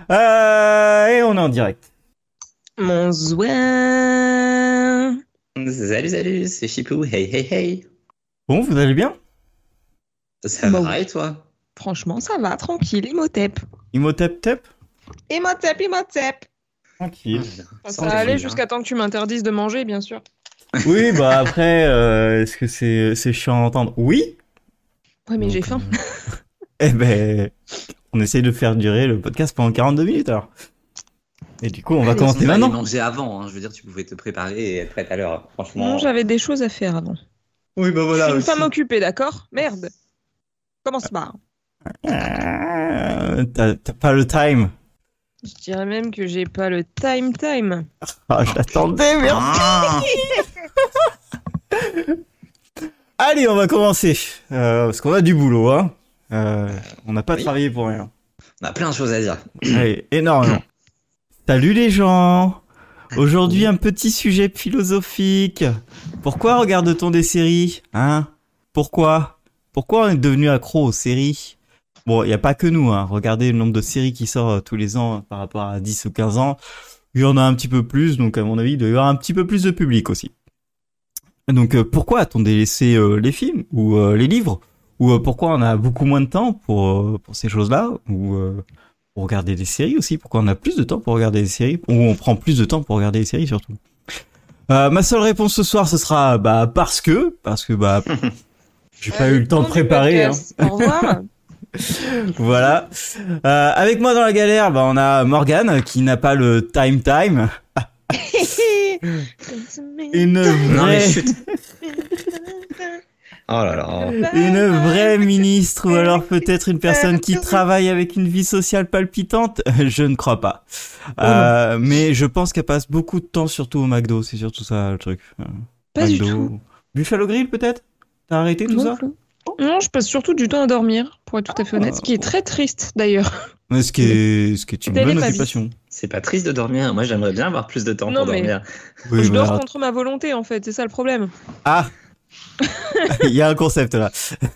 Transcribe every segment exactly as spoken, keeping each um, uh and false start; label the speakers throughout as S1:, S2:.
S1: Euh, et on est en direct.
S2: Bonsoir.
S3: Salut, salut, c'est Chipou. Hey, hey, hey.
S1: Bon, vous allez bien?
S3: Ça
S2: Bah
S3: va
S2: oui.
S3: et toi?
S2: Franchement, ça va, tranquille, Imhotep.
S1: Imhotep Tep?
S2: Imhotep, Imhotep.
S1: Tranquille.
S2: Enfin,
S3: Sans
S2: ça allait
S3: déconner,
S2: jusqu'à temps que tu m'interdises de manger, bien sûr.
S1: Oui, bah après, euh, est-ce que c'est c'est chiant à entendre? Oui.
S2: Ouais, mais
S1: Donc,
S2: j'ai faim.
S1: euh, Eh ben, on essaye de faire durer le podcast pendant quarante-deux minutes alors. Et du coup, on va
S2: Allez,
S1: commencer
S3: On va aller
S1: maintenant.
S3: manger avant, hein. Je veux dire, tu pouvais te préparer et être prête à l'heure. Franchement.
S2: Non, j'avais des choses à faire avant.
S3: Oui, bah
S2: Je
S3: voilà.
S2: suis une
S3: aussi.
S2: femme occupée, d'accord? Merde. Commence par.
S1: Euh, T'as t'as pas le time.
S2: Je dirais même que j'ai pas le time time.
S1: Ah, je l'attendais, merde.
S3: Ah.
S1: Allez, on va commencer. Euh, parce qu'on a du boulot, hein. Euh, on n'a pas
S3: Oui.
S1: travaillé pour rien.
S3: On a plein de choses à dire.
S1: Allez, énormément. Salut les gens. Aujourd'hui, un petit sujet philosophique. Pourquoi regarde-t-on des séries, hein? Pourquoi? Pourquoi on est devenu accro aux séries? Bon, il n'y a pas que nous, hein. Regardez le nombre de séries qui sortent tous les ans par rapport à dix ou quinze ans. Il y en a un petit peu plus, donc à mon avis, il doit y avoir un petit peu plus de public aussi. Donc euh, pourquoi a-t-on délaissé euh, les films ou euh, les livres? Ou euh, pourquoi on a beaucoup moins de temps pour, euh, pour ces choses-là? Ou euh, pour regarder des séries aussi? Pourquoi on a plus de temps pour regarder des séries? Ou on prend plus de temps pour regarder des séries surtout? Euh, ma seule réponse ce soir, ce sera bah parce que, parce que bah j'ai pas eu le temps de préparer. Hein.
S2: Au revoir.
S1: Voilà. Euh, avec moi dans la galère, bah on a Morgane qui n'a pas le time time. Une
S3: Non, mais
S1: vraie,
S3: chut. Oh là là.
S1: une vraie ministre ou alors peut-être une personne qui travaille avec une vie sociale palpitante. Je ne crois pas. Euh, mais je pense qu'elle passe beaucoup de temps surtout au McDo. C'est surtout ça le truc. Euh,
S2: Pas du
S1: McDo.
S2: tout.
S1: Buffalo Grill peut-être? T'as arrêté tout
S2: Non
S1: ça?
S2: plus. Non, je passe surtout du temps à dormir, pour être tout à fait honnête, ce qui est très triste d'ailleurs.
S1: Mais ce qui est, ce qui est une
S2: Telle est
S1: bonne
S2: ma vie.
S1: occupation.
S3: C'est pas triste de dormir. Moi, j'aimerais bien avoir plus de temps
S2: Non,
S3: pour
S2: mais-
S3: dormir.
S1: Oui,
S2: je
S1: mais
S2: dors
S1: alors-
S2: contre ma volonté en fait, c'est ça le problème.
S1: Ah! Il y a un concept là.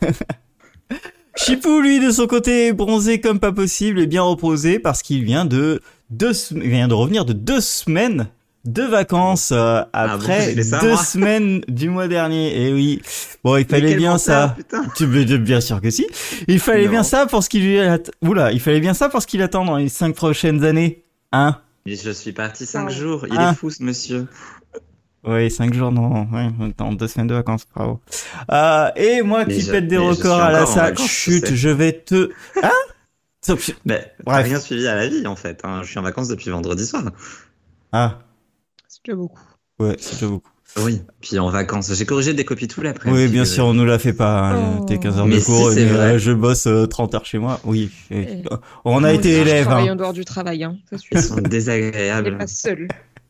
S1: Chipou, lui, de son côté, est bronzé comme pas possible et bien reposé parce qu'il vient de deux, sem- il vient de revenir de deux semaines de vacances euh,
S3: Ah
S1: après
S3: bon, j'ai fait ça,
S1: deux
S3: moi
S1: semaines du mois dernier. Et oui. Bon, il fallait
S3: Mais quel
S1: bien
S3: menteur,
S1: ça.
S3: putain.
S1: Tu veux bien sûr que si. Il fallait
S3: Non.
S1: bien ça pour ce qu'il lui att- Oula, il fallait bien ça pour ce qu'il attend dans les cinq prochaines années. Hein?
S3: Mais je suis parti cinq
S2: Ah.
S3: jours. Il
S1: Ah.
S3: est fou, ce monsieur.
S1: Oui, cinq jours, non, ouais, dans deux semaines de vacances, bravo. Euh, et moi
S3: Mais
S1: qui
S3: je-
S1: pète des
S3: mais je
S1: records
S3: suis
S1: à la
S3: encore en
S1: salle,
S3: vacances, je
S1: chut,
S3: sais.
S1: je vais te... Hein? Sauf-
S3: Mais t'as
S1: Bref.
S3: rien suivi à la vie, en fait. Hein. Je suis en vacances depuis vendredi soir.
S1: Ah,
S2: C'est déjà beaucoup.
S1: ouais, c'est déjà beaucoup.
S3: Oui. Puis en vacances, j'ai corrigé des copies tout l'après-midi.
S1: Oui, bien sûr, on nous la fait pas, hein,
S2: Oh.
S1: t'es quinze heures
S3: Mais
S1: de
S3: si,
S1: cours,
S3: c'est
S1: mais,
S3: vrai.
S1: euh, je bosse euh, trente heures chez moi, oui. et-
S2: Eh.
S1: On a
S2: Moi
S1: été
S2: aussi,
S1: élèves,
S2: Je travaille
S1: hein.
S2: en dehors du travail, hein, ça suffit.
S3: Ils sont
S2: On n'est
S3: désagréables.
S2: pas seul.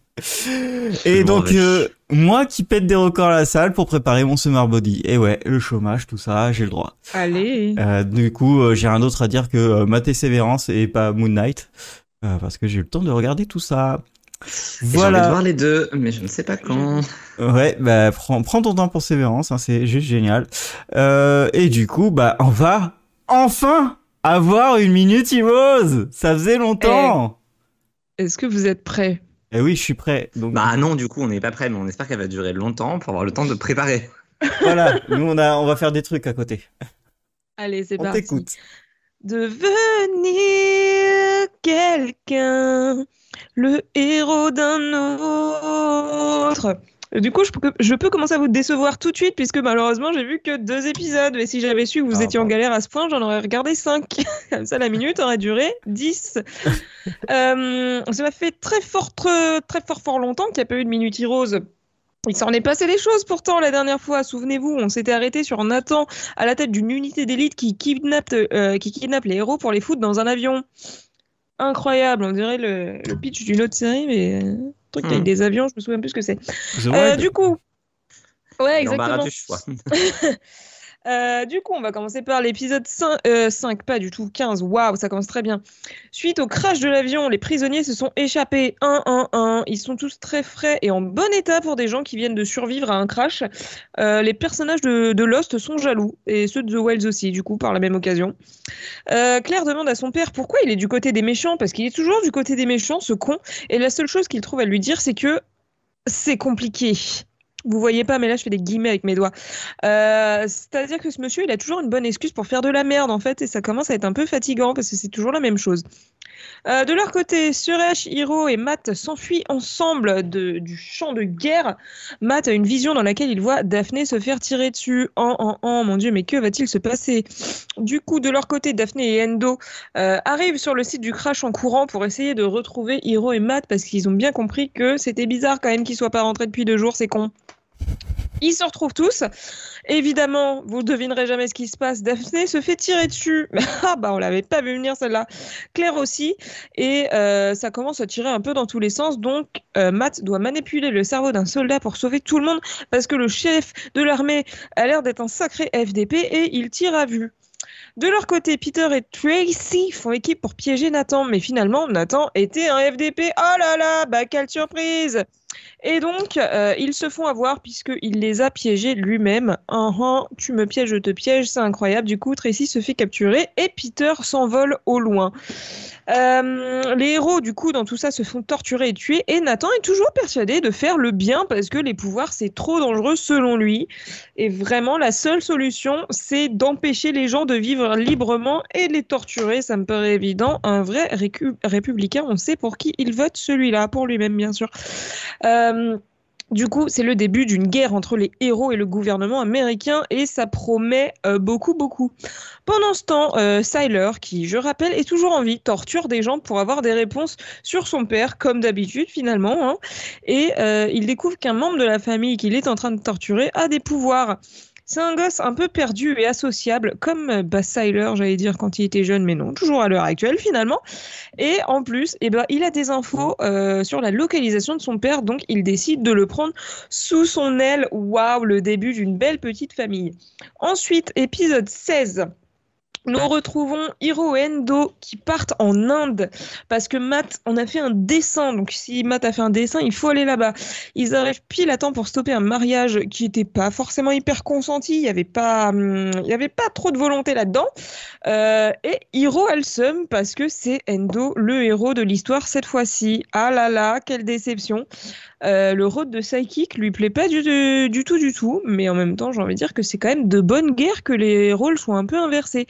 S1: Et
S3: Je m'en
S1: donc,
S3: vais.
S1: euh, moi qui pète des records à la salle pour préparer mon summer body. Et ouais, le chômage, tout ça, j'ai le droit.
S2: Allez.
S1: Euh, du coup, euh, j'ai rien d'autre à dire que euh, mater Sévérance et pas Moon Knight. Euh, parce que j'ai eu le temps de regarder tout ça.
S3: Et J'ai envie de
S1: Voilà.
S3: voir les deux, mais je ne sais pas quand.
S1: Ouais, bah prends, prends ton temps pour Sévérance, hein, c'est juste génial. Euh, et du coup, bah on va enfin avoir une minute Heroes. Ça faisait longtemps.
S2: Est-ce que vous êtes prêts?
S1: Et oui, je suis prêt. Donc
S3: Bah non, du coup, on n'est pas prêt, mais on espère qu'elle va durer longtemps pour avoir le temps de préparer.
S1: voilà, nous on a, on va faire des trucs à côté.
S2: Allez, c'est
S1: On
S2: parti.
S1: t'écoute.
S2: Devenir quelqu'un, le héros d'un autre. Du coup, je peux, je peux commencer à vous décevoir tout de suite, puisque malheureusement, j'ai vu que deux épisodes. Mais si j'avais su que vous
S1: Ah,
S2: étiez en
S1: pardon.
S2: galère à ce point, j'en aurais regardé cinq. Comme ça, la minute aurait duré dix. euh, ça m'a fait très fort, très, très fort, fort longtemps qu'il n'y a pas eu de Minute Heroes. Il s'en est passé des choses pourtant la dernière fois. Souvenez-vous, on s'était arrêté sur Nathan à la tête d'une unité d'élite qui kidnappe, euh, qui kidnappe les héros pour les foutre dans un avion. Incroyable, on dirait le, le pitch d'une autre série, mais euh, un truc
S3: Hmm.
S2: avec des avions, je me souviens plus ce que c'est.
S1: The
S2: Euh,
S1: Ride.
S2: du coup, ouais,
S3: L'embarras
S2: exactement.
S3: du choix.
S2: Euh, du coup, on va commencer par l'épisode cinq, euh, cinq, pas du tout, quinze. Waouh, ça commence très bien. Suite au crash de l'avion, les prisonniers se sont échappés un, un, un. Ils sont tous très frais et en bon état pour des gens qui viennent de survivre à un crash. Euh, les personnages de, de Lost sont jaloux et ceux de The Wilds aussi, du coup, par la même occasion. Euh, Claire demande à son père pourquoi il est du côté des méchants, parce qu'il est toujours du côté des méchants, ce con. Et la seule chose qu'il trouve à lui dire, c'est que c'est compliqué. Vous voyez pas, mais là je fais des guillemets avec mes doigts. Euh, c'est-à-dire que ce monsieur, il a toujours une bonne excuse pour faire de la merde en fait, et ça commence à être un peu fatigant parce que c'est toujours la même chose. Euh, de leur côté, Suresh, Hiro et Matt s'enfuient ensemble de, du champ de guerre. Matt a une vision dans laquelle il voit Daphné se faire tirer dessus. En, en, en, mon Dieu, mais que va-t-il se passer? Du coup, de leur côté, Daphné et Endo euh, arrivent sur le site du crash en courant pour essayer de retrouver Hiro et Matt parce qu'ils ont bien compris que c'était bizarre quand même qu'ils soient pas rentrés depuis deux jours, c'est con. Ils se retrouvent tous. Évidemment, vous ne devinerez jamais ce qui se passe. Daphné se fait tirer dessus. Ah bah on l'avait pas vu venir celle-là. Claire aussi. Et euh, ça commence à tirer un peu dans tous les sens. Donc euh, Matt doit manipuler le cerveau d'un soldat pour sauver tout le monde parce que le chef de l'armée a l'air d'être un sacré F D P et il tire à vue. De leur côté, Peter et Tracy font équipe pour piéger Nathan, mais finalement, Nathan était un F D P. Oh là là, bah quelle surprise! Et donc, euh, ils se font avoir puisqu'il les a piégés lui-même. Uh-huh, tu me pièges, je te piège, c'est incroyable. Du coup, Tracy se fait capturer et Peter s'envole au loin. Euh, les héros, du coup, dans tout ça, se font torturer et tuer. Et Nathan est toujours persuadé de faire le bien parce que les pouvoirs, c'est trop dangereux selon lui. Et vraiment, la seule solution, c'est d'empêcher les gens de vivre librement et de les torturer. Ça me paraît évident. Un vrai récu- républicain, on sait pour qui il vote, celui-là, pour lui-même, bien sûr. Euh, du coup, c'est le début d'une guerre entre les héros et le gouvernement américain et ça promet euh, beaucoup, beaucoup. Pendant ce temps, euh, Syler, qui, je rappelle, est toujours en vie, torture des gens pour avoir des réponses sur son père, comme d'habitude finalement, hein, et euh, il découvre qu'un membre de la famille qu'il est en train de torturer a des pouvoirs. C'est un gosse un peu perdu et associable, comme bah, Syler, j'allais dire, quand il était jeune, mais non, toujours à l'heure actuelle, finalement. Et en plus, eh ben, il a des infos euh, sur la localisation de son père, donc il décide de le prendre sous son aile. Waouh, le début d'une belle petite famille. Ensuite, épisode seize. Nous retrouvons Hiro et Endo qui partent en Inde parce que Matt en a fait un dessin. Donc si Matt a fait un dessin, il faut aller là-bas. Ils arrivent pile à temps pour stopper un mariage qui n'était pas forcément hyper consenti. Il n'y avait pas, hum, il y avait pas trop de volonté là-dedans. Euh, et Hiro a le seum parce que c'est Endo le héros de l'histoire cette fois-ci. Ah là là, quelle déception. Euh, le rôle de Psychic lui plaît pas du, du, du tout, du tout, mais en même temps, j'ai envie de dire que c'est quand même de bonne guerre que les rôles soient un peu inversés.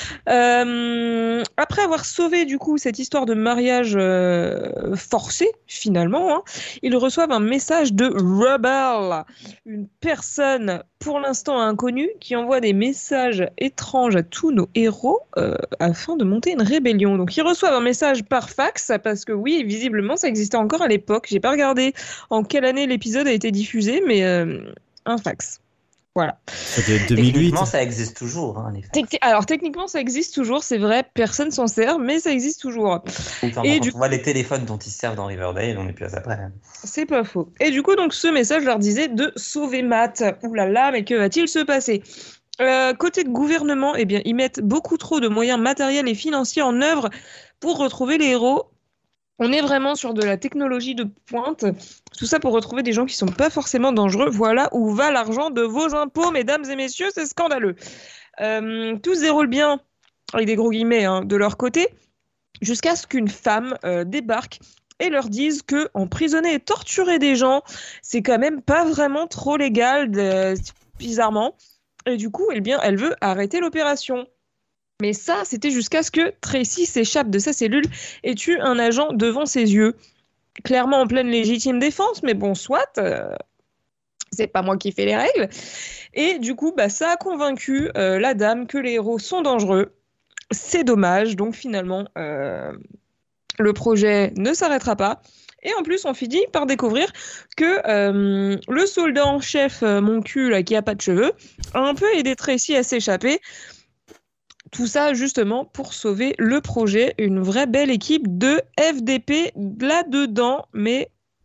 S2: Euh, après avoir sauvé du coup cette histoire de mariage euh, forcé, finalement, hein, ils reçoivent un message de Rebel, une personne pour l'instant inconnue qui envoie des messages étranges à tous nos héros euh, afin de monter une rébellion. Donc ils reçoivent un message par fax parce que oui, visiblement ça existait encore à l'époque. J'ai pas regardé en quelle année l'épisode a été diffusé, mais euh, un fax. Voilà.
S1: Ça doit être deux mille huit.
S3: Techniquement, ça existe toujours, hein, les fax.
S2: Techni- Alors techniquement ça existe toujours, c'est vrai, personne s'en sert, mais ça existe toujours.
S3: Enfin,
S2: Et
S3: quand
S2: du
S3: on voit les téléphones dont ils se servent dans Riverdale, on n'est plus à ça près. hein.
S2: C'est pas faux. Et du coup, donc, ce message leur disait de sauver Matt. Ouh là là, mais que va-t-il se passer? Euh, côté de gouvernement, eh bien, ils mettent beaucoup trop de moyens matériels et financiers en œuvre pour retrouver les héros. On est vraiment sur de la technologie de pointe. Tout ça pour retrouver des gens qui sont pas forcément dangereux. Voilà où va l'argent de vos impôts, mesdames et messieurs, c'est scandaleux. Euh, tous déroulent bien, avec des gros guillemets, hein, de leur côté, jusqu'à ce qu'une femme euh, débarque et leur dise que emprisonner et torturer des gens, c'est quand même pas vraiment trop légal, de... bizarrement. Et du coup, eh bien, elle veut arrêter l'opération. Mais ça, c'était jusqu'à ce que Tracy s'échappe de sa cellule et tue un agent devant ses yeux. Clairement en pleine légitime défense, mais bon, soit, euh, c'est pas moi qui fais les règles. Et du coup, bah, ça a convaincu euh, la dame que les héros sont dangereux. C'est dommage, donc finalement, euh, le projet ne s'arrêtera pas. Et en plus, on finit par découvrir que euh, le soldat en chef, euh, mon cul, là, qui a pas de cheveux, a un peu aidé Tracy à s'échapper. Tout ça, justement, pour sauver le projet. Une vraie belle équipe de F D P là-dedans, mais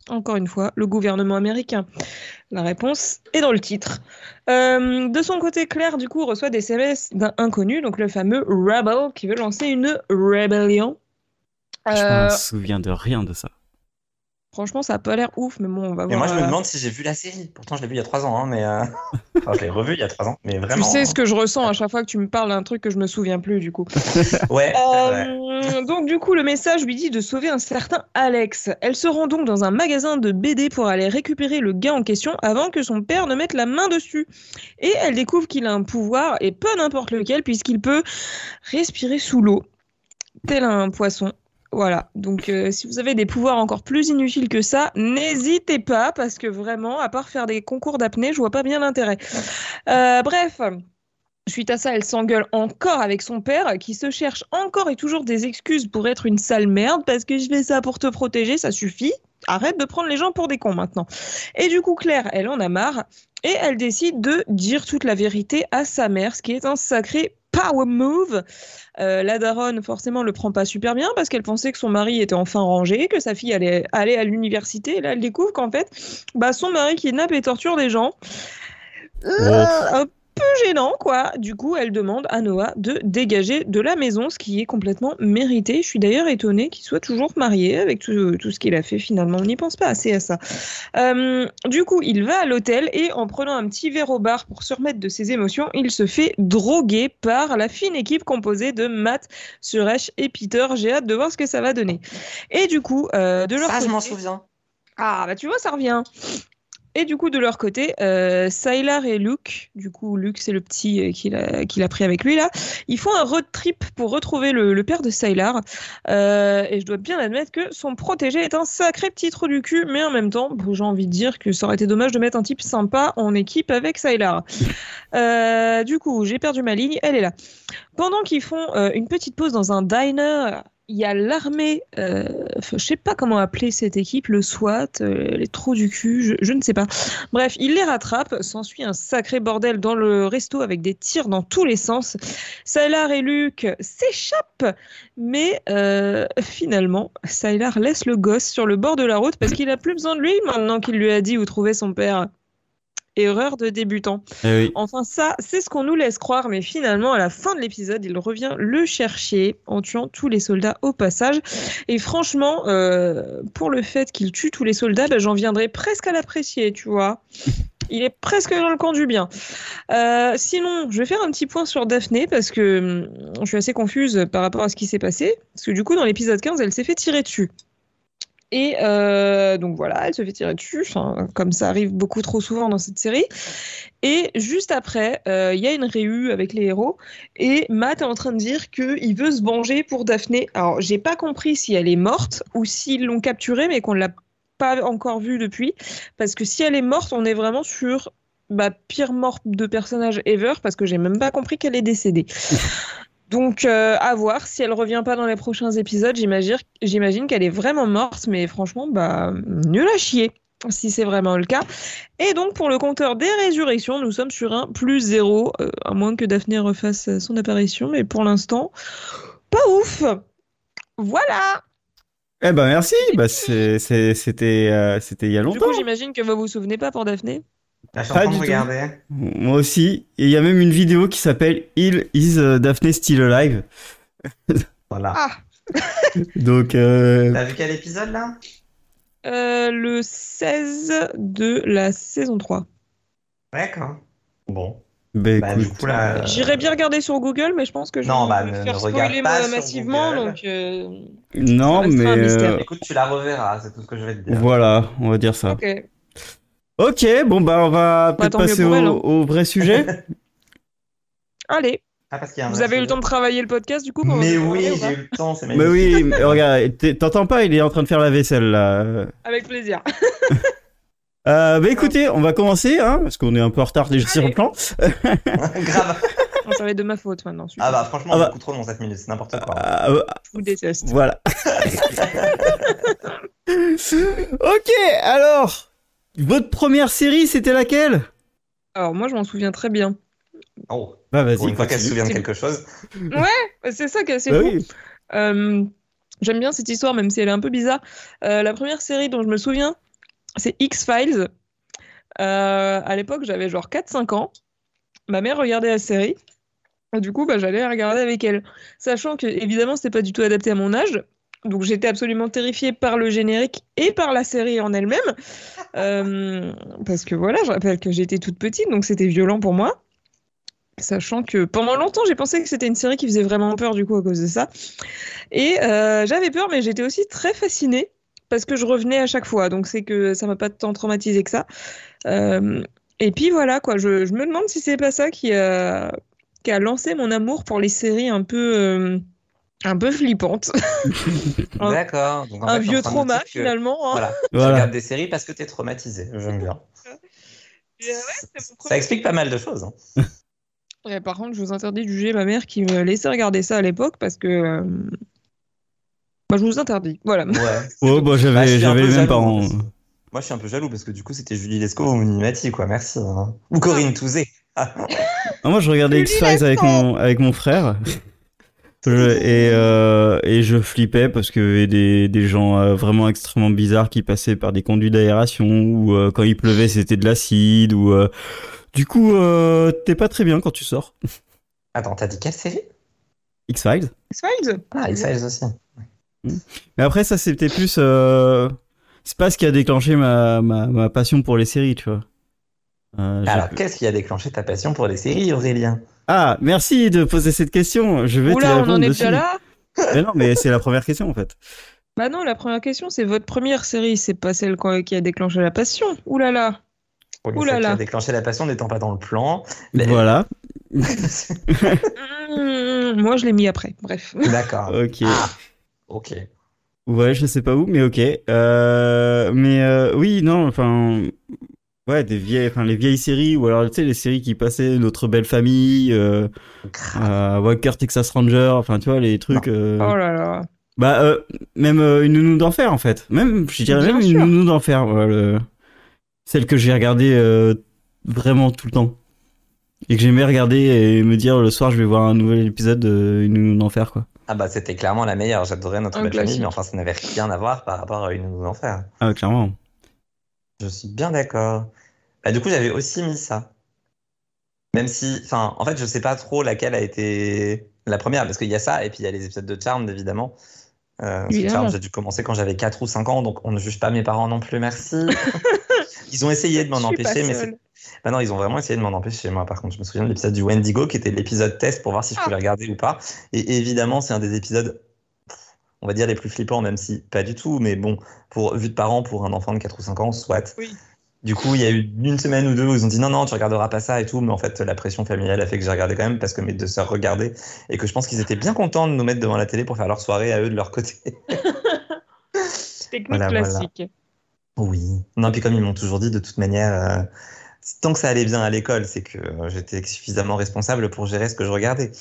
S2: Encore une fois, le gouvernement américain. La réponse est dans le titre. Euh, de son côté, Claire, du coup, reçoit des S M S d'un inconnu, donc le fameux Rebel, qui veut lancer une rébellion.
S1: Je
S2: Euh,
S1: me souviens de rien de ça.
S2: franchement, ça a pas l'air ouf, mais bon, on va
S3: Mais
S2: voir.
S3: moi, je me
S2: euh,
S3: demande si j'ai vu la série. Pourtant, je l'ai vu il y a trois ans, hein, mais euh, enfin, je l'ai revu il y a trois ans, mais
S2: Tu
S3: vraiment.
S2: sais ce
S3: hein.
S2: que je ressens à chaque fois que tu me parles d'un truc que je me souviens plus, du coup.
S3: Ouais. ouais.
S2: Euh, donc du coup, le message lui dit de sauver un certain Alex. Elle se rend donc dans un magasin de B D pour aller récupérer le gars en question avant que son père ne mette la main dessus. Et elle découvre qu'il a un pouvoir, et pas n'importe lequel, puisqu'il peut respirer sous l'eau, tel un poisson. Voilà, donc euh, si vous avez des pouvoirs encore plus inutiles que ça, n'hésitez pas, parce que vraiment, à part faire des concours d'apnée, je vois pas bien l'intérêt. Euh, bref... Suite à ça, elle s'engueule encore avec son père, qui se cherche encore et toujours des excuses pour être une sale merde, parce que je fais ça pour te protéger, ça suffit. Arrête de prendre les gens pour des cons maintenant. Et du coup, Claire, elle en a marre, et elle décide de dire toute la vérité à sa mère, ce qui est un sacré power move. Euh, la daronne, forcément, le prend pas super bien, parce qu'elle pensait que son mari était enfin rangé, que sa fille allait aller à l'université, et là, elle découvre qu'en fait, bah, son mari kidnappe et torture des gens. Euh, un peu gênant, quoi. Du coup, elle demande à Noah de dégager de la maison, ce qui est complètement mérité. Je suis d'ailleurs étonnée qu'il soit toujours marié avec tout, tout ce qu'il a fait finalement. On n'y pense pas assez à ça. Euh, du coup, il va à l'hôtel et en prenant un petit verre au bar pour se remettre de ses émotions, il se fait droguer par la fine équipe composée de Matt, Suresh et Peter. J'ai hâte de voir ce que ça va donner. Et du coup, euh, de leur
S3: Ça,
S2: côté...
S3: je m'en souviens.
S2: Ah, bah tu vois, ça revient. Et du coup, de leur côté, euh, Sylar et Luke, du coup, Luke, c'est le petit euh, qu'il a, qu'il a pris avec lui, là, ils font un road trip pour retrouver le, le père de Sylar. Euh, et je dois bien admettre que son protégé est un sacré petit trou du cul, mais en même temps, bon, j'ai envie de dire que ça aurait été dommage de mettre un type sympa en équipe avec Sylar. Euh, du coup, j'ai perdu ma ligne, elle est là. Pendant qu'ils font euh, une petite pause dans un diner... Il y a l'armée, euh, je sais pas comment appeler cette équipe, le SWAT, euh, les trous du cul, je, je ne sais pas. Bref, il les rattrape, s'ensuit un sacré bordel dans le resto avec des tirs dans tous les sens. Sylar et Luke s'échappent, mais euh, finalement, Sylar laisse le gosse sur le bord de la route parce qu'il a plus besoin de lui maintenant qu'il lui a dit où trouver son père. Erreur de débutant.
S1: Eh oui.
S2: Enfin, ça, c'est ce qu'on nous laisse croire, mais finalement, à la fin de l'épisode, il revient le chercher en tuant tous les soldats au passage. Et franchement, euh, pour le fait qu'il tue tous les soldats, bah, j'en viendrais presque à l'apprécier, tu vois. Il est presque dans le camp du bien. Euh, sinon, je vais faire un petit point sur Daphné, parce que hum, je suis assez confuse par rapport à ce qui s'est passé. Parce que du coup, dans l'épisode quinze, elle s'est fait tirer dessus. Et euh, donc voilà, elle se fait tirer dessus, enfin, comme ça arrive beaucoup trop souvent dans cette série. Et juste après, il euh, y a une réu avec les héros, et Matt est en train de dire qu'il veut se venger pour Daphné. Alors, j'ai pas compris si elle est morte ou s'ils l'ont capturée, mais qu'on l'a pas encore vue depuis. Parce que si elle est morte, on est vraiment sur bah, pire mort de personnage ever, parce que j'ai même pas compris qu'elle est décédée. Donc, euh, à voir. Si elle revient pas dans les prochains épisodes, j'imagine, j'imagine qu'elle est vraiment morte, mais franchement, bah, nul à chier, si c'est vraiment le cas. Et donc, pour le compteur des résurrections, nous sommes sur un plus zéro, euh, à moins que Daphné refasse son apparition, mais pour l'instant, pas ouf. Voilà.
S1: Eh ben merci, bah c'est, c'est, c'était, euh, c'était il y a
S2: Du
S1: longtemps.
S2: coup, j'imagine que vous vous souvenez pas pour Daphné.
S3: Là, je suis en
S1: Pas
S3: train de
S1: du tout.
S3: regarder.
S1: Moi aussi. Et il y a même une vidéo qui s'appelle Il is uh, Daphne Still Alive.
S3: Voilà.
S2: Ah,
S1: Donc, euh,
S3: T'as vu quel épisode là?
S2: euh, le seize de la saison trois.
S3: D'accord. Bon.
S1: bah,
S3: Bah, du
S1: écoute,
S3: coup, là. euh,
S2: J'irais bien regarder sur Google, mais je pense que je
S3: Non,
S2: vais
S3: bah,
S2: me
S3: ne-
S2: faire
S3: ne
S2: spoiler
S3: regarde pas
S2: ma-
S3: sur
S2: massivement,
S3: Google.
S2: donc euh,
S1: non,
S2: ça restera
S1: mais
S2: un mystère.
S1: euh,
S3: Écoute, tu la reverras, c'est tout ce que je vais te dire.
S1: voilà, on va dire ça.
S2: Ok.
S1: Ok, bon bah on va peut-être
S2: tant mieux
S1: passer
S2: pour
S1: au,
S2: elle, hein.
S1: au vrai sujet.
S2: Allez,
S3: Ah, parce qu'il y a un
S2: vous
S3: vrai
S2: avez eu le
S3: sujet.
S2: temps de travailler le podcast du coup pour
S3: Mais
S2: en
S3: oui,
S2: parler ou
S3: j'ai
S2: pas
S3: eu le temps, c'est
S1: Mais
S3: magnifique.
S1: oui, mais regarde, t'es- t'entends pas, il est en train de faire la vaisselle là.
S2: Avec plaisir.
S1: Euh, bah écoutez, on va commencer, hein, parce qu'on est un peu en retard déjà sur le
S2: Allez.
S1: plan.
S3: Grave.
S2: Non, ça va être de ma faute maintenant. je suis
S3: Ah bah,
S2: désolée.
S3: franchement,
S1: Ah bah.
S3: beaucoup trop long, sept minutes, c'est n'importe quoi.
S1: Euh, euh,
S2: Je vous déteste.
S1: voilà. Ok, alors, votre première série, c'était laquelle?
S2: Alors moi, je m'en souviens très bien.
S3: Oh,
S1: Bah
S3: pour
S1: vas-y,
S3: une fois qu'elle se
S1: continue.
S3: souvient de
S2: C'est-
S3: quelque chose.
S2: C'est ça qui est assez
S1: Bah
S2: fou.
S1: oui.
S2: Euh, J'aime bien cette histoire, même si elle est un peu bizarre. Euh, la première série dont je me souviens, c'est X-Files. Euh, à l'époque, j'avais genre quatre cinq ans. Ma mère regardait la série. Et du coup, bah, j'allais la regarder avec elle. Sachant que, évidemment, c'était pas du tout adapté à mon âge. Donc, j'étais absolument terrifiée par le générique et par la série en elle-même. Euh, parce que voilà, je rappelle que j'étais toute petite, donc c'était violent pour moi. Sachant que pendant longtemps, j'ai pensé que c'était une série qui faisait vraiment peur, du coup, à cause de ça. Et euh, j'avais peur, mais j'étais aussi très fascinée. Parce que je revenais à chaque fois. Donc, c'est que ça m'a pas tant traumatisée que ça. Euh, et puis voilà, quoi. Je, je me demande si c'est pas ça qui a, qui a lancé mon amour pour les séries un peu, euh, un peu flippantes. Un-
S3: D'accord. Donc, en
S2: un
S3: fait, t'es en
S2: vieux
S3: train de me
S2: trauma,
S3: dire que,
S2: finalement. Hein.
S3: voilà, tu
S1: Voilà.
S3: regardes des séries parce que t'es traumatisé. J'aime bien.
S2: Et, euh, ouais, c'était mon
S3: Ça
S2: premier-
S3: explique pas mal de choses. Hein.
S2: Et par contre, je vous interdis de juger ma mère qui me laissait regarder ça à l'époque parce que. euh, Bah, je vous interdis. Voilà.
S3: Ouais.
S1: Oh, bah,
S3: Bah, je
S1: j'avais,
S3: suis un
S1: j'avais
S3: peu
S1: les mêmes
S3: jaloux,
S1: parents.
S3: hein, parce que- Moi, je suis un peu jaloux parce que du coup, c'était Julie Lescaut ou Minimati, quoi. Merci. Hein. Ou Corinne Touzé.
S1: Ah, moi, je regardais
S2: Julie
S1: X-Files avec
S2: Lescaut.
S1: mon, avec mon frère. Je- et, euh, et je flippais parce qu'il y avait des, des gens euh, vraiment extrêmement bizarres qui passaient par des conduits d'aération ou euh, quand il pleuvait c'était de l'acide ou euh, du coup euh, t'es pas très bien quand tu sors.
S3: Attends, t'as dit quelle série?
S1: X-Files.
S2: X-Files.
S3: Ah, X-Files aussi.
S1: Mais après ça c'était plus euh, c'est pas ce qui a déclenché ma, ma, ma passion pour les séries, tu vois. Euh, j'ai-
S3: Alors, qu'est-ce qui a déclenché ta passion pour les séries, Aurélien?
S1: Ah, merci de poser cette question. Je vais te
S2: Oula, on
S1: répondre
S2: en est
S1: dessus.
S2: déjà là?
S1: Mais non, mais c'est la première question en fait.
S2: Bah non, la première question, c'est votre première série, c'est pas celle quoi- qui a déclenché la passion. Ouh là là.
S3: Oui, mais
S2: Ouh là
S3: celle qui
S2: là.
S3: a déclenché la passion n'étant pas dans le plan. Mais-
S1: Voilà.
S2: Mmh, moi, je l'ai mis après. Bref.
S3: D'accord.
S1: Ok.
S3: Ah, ok.
S1: Ouais, je sais pas où, mais ok. Euh, mais euh, oui, non, enfin, ouais, des vieilles, enfin les vieilles séries ou alors tu sais les séries qui passaient, Notre Belle Famille, euh, euh, Walker Texas Ranger, enfin tu vois les trucs. euh,
S2: Oh là là.
S1: Bah euh, même euh, Une nounou d'enfer en fait. Même, je dirais
S2: Bien
S1: même
S2: sûr.
S1: Une nounou d'enfer, voilà, le- celle que j'ai regardée euh, vraiment tout le temps et que j'aimais regarder et me dire le soir je vais voir un nouvel épisode de Une nounou d'enfer quoi.
S3: Ah bah c'était clairement la meilleure. J'adorais Notre
S2: Un
S3: Belle Famille,
S2: classique.
S3: mais enfin ça n'avait rien à voir par rapport à Une nounou d'enfer.
S1: Ah ouais, clairement.
S3: Je suis bien d'accord. Bah du coup j'avais aussi mis ça. Même si, enfin, en fait je sais pas trop laquelle a été la première parce qu'il y a ça et puis il y a les épisodes de Charmed évidemment. Euh, parce que
S2: Évidemment.
S3: Charmed j'ai dû commencer quand j'avais quatre ou cinq ans, donc on ne juge pas mes parents non plus, merci. Ils ont essayé de m'en
S2: Je suis pas
S3: empêcher, mais
S2: seule.
S3: c'est... Bah non, ils ont vraiment essayé de m'en empêcher, moi, par contre. Je me souviens de l'épisode du Wendigo, qui était l'épisode test pour voir si je pouvais
S2: Ah.
S3: regarder ou pas. Et évidemment, c'est un des épisodes, on va dire, les plus flippants, même si pas du tout, mais bon, pour vue de parents, pour un enfant de quatre ou cinq ans, soit.
S2: Oui.
S3: Du coup, il y a eu une semaine ou deux où ils ont dit non, non, tu regarderas pas ça et tout, mais en fait, la pression familiale a fait que j'ai regardé quand même parce que mes deux sœurs regardaient et que je pense qu'ils étaient bien contents de nous mettre devant la télé pour faire leur soirée à eux de leur côté.
S2: Technique
S3: Voilà, voilà.
S2: classique.
S3: Oui. Non, puis comme ils m'ont toujours dit, de toute manière, euh, tant que ça allait bien à l'école, c'est que euh, j'étais suffisamment responsable pour gérer ce que je regardais.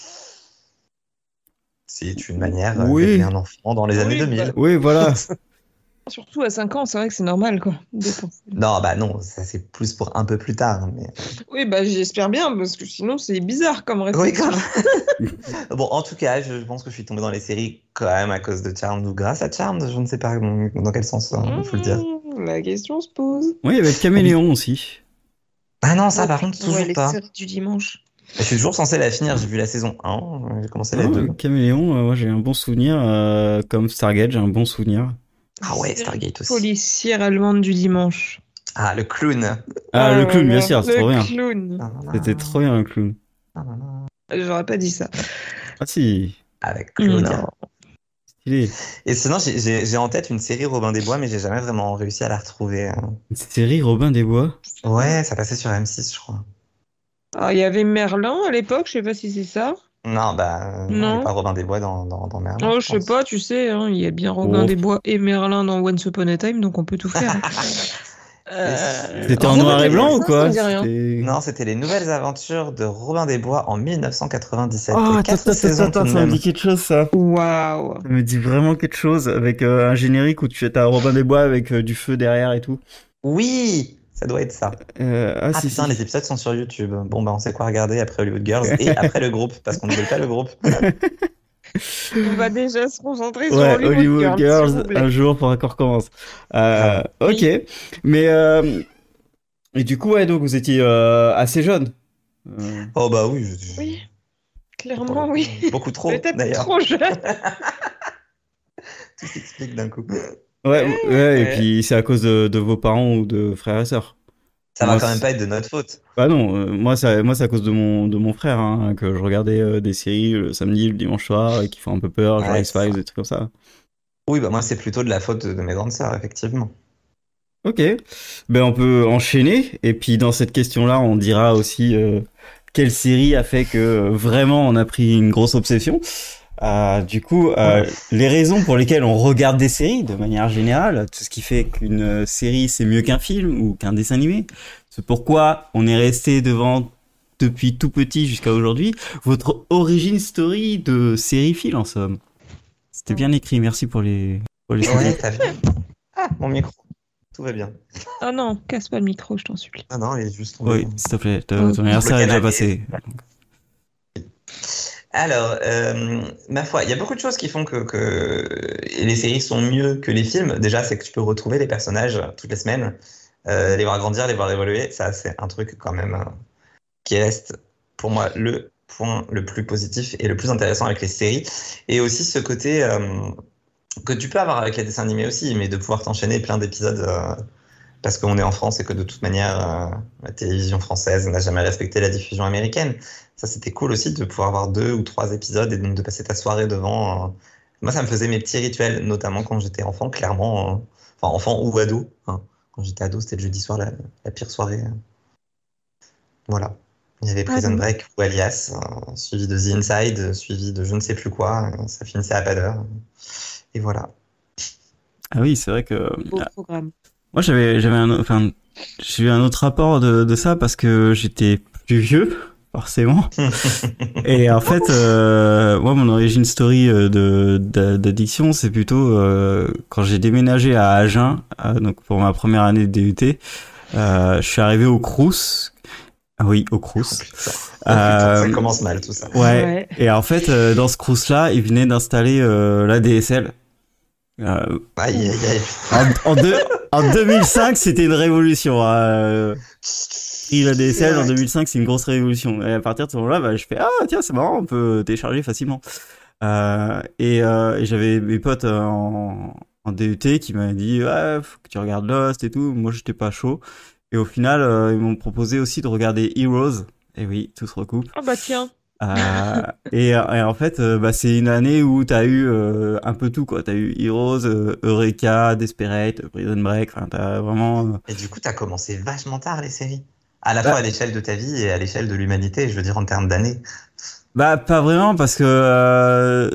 S3: C'est une manière euh,
S1: Oui.
S3: d'élever un enfant dans les
S2: Oui,
S3: années deux mille.
S2: bah-
S1: Oui, voilà.
S2: Surtout à cinq ans, c'est vrai que c'est normal, quoi. de penser.
S3: Non, bah non, ça c'est plus pour un peu plus tard. Mais...
S2: Oui, bah j'espère bien, parce que sinon c'est bizarre comme
S3: Oui,
S2: réflexion.
S3: grave. Bon, en tout cas, je pense que je suis tombé dans les séries quand même à cause de Charmed ou grâce à Charmed. Je ne sais pas dans dans quel sens il faut le dire.
S2: Mmh, la question se pose.
S1: Oui, il y avait le Caméléon aussi.
S3: Ah non, ça par contre, toujours
S2: Ouais, les
S3: pas.
S2: séries du dimanche.
S3: Je suis toujours censé la finir. J'ai vu la saison un, j'ai commencé la
S1: Non,
S3: deux.
S1: le Caméléon, euh, moi j'ai un bon souvenir, euh, comme Stargate, j'ai un bon souvenir.
S3: Ah ouais, Stargate aussi.
S2: Policière allemande du dimanche.
S3: Ah, le clown.
S1: Ah, le clown,
S2: là
S1: bien
S2: là,
S1: sûr, c'est trop
S2: Le
S1: bien.
S2: clown.
S1: C'était trop bien, le clown.
S2: J'aurais pas dit ça.
S1: Ah si,
S3: Avec Claudia.
S2: Non.
S1: stylé.
S3: Et sinon, j'ai- j'ai j'ai en tête une série Robin des Bois, mais j'ai jamais vraiment réussi à la retrouver. hein.
S1: Une série Robin des Bois.
S3: Ouais, ça passait sur M six, je crois.
S2: Ah, il y avait Merlin à l'époque, je sais pas si c'est ça.
S3: Non, bah, euh,
S2: Non.
S3: il n'y a pas Robin des Bois dans, dans, dans Merlin.
S2: Oh, je sais
S3: pense.
S2: pas, tu sais, hein, il y a bien Robin
S1: Oh.
S2: des Bois et Merlin dans Once Upon a Time, donc on peut tout faire. hein. Euh,
S1: C'était en
S3: Robin
S1: noir
S3: des
S1: et blanc
S2: ça,
S1: ou quoi
S2: ça me dit rien.
S1: C'était-
S3: Non, c'était les nouvelles aventures de Robin des Bois en mille neuf cent quatre-vingt-dix-sept.
S1: Oh,
S3: Et
S1: attends,
S3: quatre
S1: attends,
S3: saisons
S1: attends,
S3: tout de
S1: ça me
S3: même.
S1: dit quelque chose ça.
S2: Waouh.
S1: Ça me dit vraiment quelque chose avec euh, un générique où tu es à Robin des Bois avec euh, du feu derrière et tout.
S3: Oui, ça doit être ça.
S1: Euh, ah,
S3: Ah
S1: si,
S3: putain,
S1: si.
S3: les épisodes sont sur YouTube. Bon, bah, on sait quoi regarder après Hollywood Girls et après le groupe, parce qu'on n'oublie pas le groupe.
S2: On va déjà se concentrer sur
S1: Ouais,
S2: Hollywood,
S1: Hollywood
S2: Girls,
S1: Girls,
S2: s'il vous plaît.
S1: un jour pour qu'on recommence. Euh,
S3: Ah,
S1: ok,
S2: oui.
S1: mais euh, et du coup, ouais, donc vous étiez euh, assez jeune. Euh,
S3: Oh bah oui, je- je-
S2: Oui,
S3: pour
S2: clairement,
S3: le coup,
S2: oui.
S3: beaucoup trop
S2: Peut-être
S3: d'ailleurs.
S2: trop jeune.
S3: Tout s'explique d'un coup.
S1: Ouais,
S2: Ouais,
S1: ouais, et
S2: ouais.
S1: puis c'est à cause de, de vos parents ou de frères et sœurs.
S3: Ça va
S1: Moi,
S3: quand même
S1: c'est-
S3: pas être de notre faute.
S1: bah non, euh, moi, ça, moi c'est à cause de mon, de mon frère hein, que je regardais euh, des séries le samedi, le dimanche soir, et qui font un peu peur, genre
S3: Ouais, c'est
S1: X-Files,
S3: ça.
S1: des trucs comme ça.
S3: Oui, bah moi c'est plutôt de la faute de, de mes grandes sœurs, effectivement.
S1: Ok, ben on peut enchaîner, et puis dans cette question-là, on dira aussi euh, quelle série a fait que euh, vraiment on a pris une grosse obsession. Euh, du coup,
S3: Oula.
S1: euh, les raisons pour lesquelles on regarde des séries, de manière générale, tout ce qui fait qu'une euh, série c'est mieux qu'un film ou qu'un dessin animé, c'est pourquoi on est resté devant depuis tout petit jusqu'à aujourd'hui, votre origin story de série-fil en somme. C'était bien écrit, merci pour les, pour les
S3: Ouais,
S1: sous-titres.
S3: t'as vu? Ah, mon micro. Tout va bien.
S2: Oh non, casse pas le micro, je t'en supplie.
S3: Ah non, il est juste tombé.
S1: Oui, s'il te plaît, ton
S2: Oh.
S1: ton anniversaire
S3: Le
S1: est déjà
S3: canapé.
S1: passé.
S3: Alors, euh, ma foi, il y a beaucoup de choses qui font que, que les séries sont mieux que les films. Déjà, c'est que tu peux retrouver les personnages toutes les semaines, euh, les voir grandir, les voir évoluer. Ça, c'est un truc quand même euh, qui reste pour moi le point le plus positif et le plus intéressant avec les séries. Et aussi ce côté euh, que tu peux avoir avec les dessins animés aussi, mais de pouvoir t'enchaîner plein d'épisodes euh, parce qu'on est en France et que de toute manière, euh, la télévision française n'a jamais respecté la diffusion américaine. Ça, c'était cool aussi de pouvoir avoir deux ou trois épisodes et donc de passer ta soirée devant. euh. Moi, ça me faisait mes petits rituels, notamment quand j'étais enfant, clairement. euh, Enfin, enfant ou ado. Hein. Quand j'étais ado, c'était le jeudi soir, la, la pire soirée. euh. Voilà. Il y avait Prison
S2: Ado.
S3: Break ou Alias, euh, suivi de The Inside, euh, suivi de je ne sais plus quoi. euh, Ça finissait à pas d'heure. Et voilà.
S1: Ah oui, c'est vrai que
S2: Beau programme.
S1: moi j'avais j'avais un enfin j'ai eu un autre rapport de de ça parce que j'étais plus vieux forcément et en fait euh, moi mon origin story euh, de d'a- d'addiction c'est plutôt euh, quand j'ai déménagé à Agen euh, donc pour ma première année de D U T euh, je suis arrivé au Crous. Ah oui, au
S3: Oh
S1: Crous.
S3: putain. Oh putain, ça
S1: Euh,
S3: commence mal tout ça.
S1: ouais.
S2: Ouais.
S1: Et en fait euh, dans ce Crous là ils venaient d'installer euh, l'A D S L. Euh,
S3: Aïe, aïe, aïe.
S1: En, en, deux, en deux mille cinq, c'était une révolution. Euh, et la D S L en deux mille cinq, c'est une grosse révolution. Et à partir de ce moment-là, bah, je fais ah tiens c'est marrant, on peut télécharger facilement. Euh, et, euh, et j'avais mes potes euh, en, en D U T qui m'avaient dit ouais faut que tu regardes Lost et tout. Moi j'étais pas chaud. Et au final, euh, ils m'ont proposé aussi de regarder Heroes. Et oui, tout se recoupe.
S2: Oh bah tiens.
S1: Euh, et, et en fait, euh, bah, c'est une année où t'as eu euh, un peu tout, quoi. T'as eu Heroes, euh, Eureka, Desperate, Prison Break. Enfin, t'as vraiment. euh,
S3: Et du coup, t'as commencé vachement tard les séries. À la
S1: Bah,
S3: fois à l'échelle de ta vie et à l'échelle de l'humanité, je veux dire en termes d'années.
S1: bah, pas vraiment parce que euh,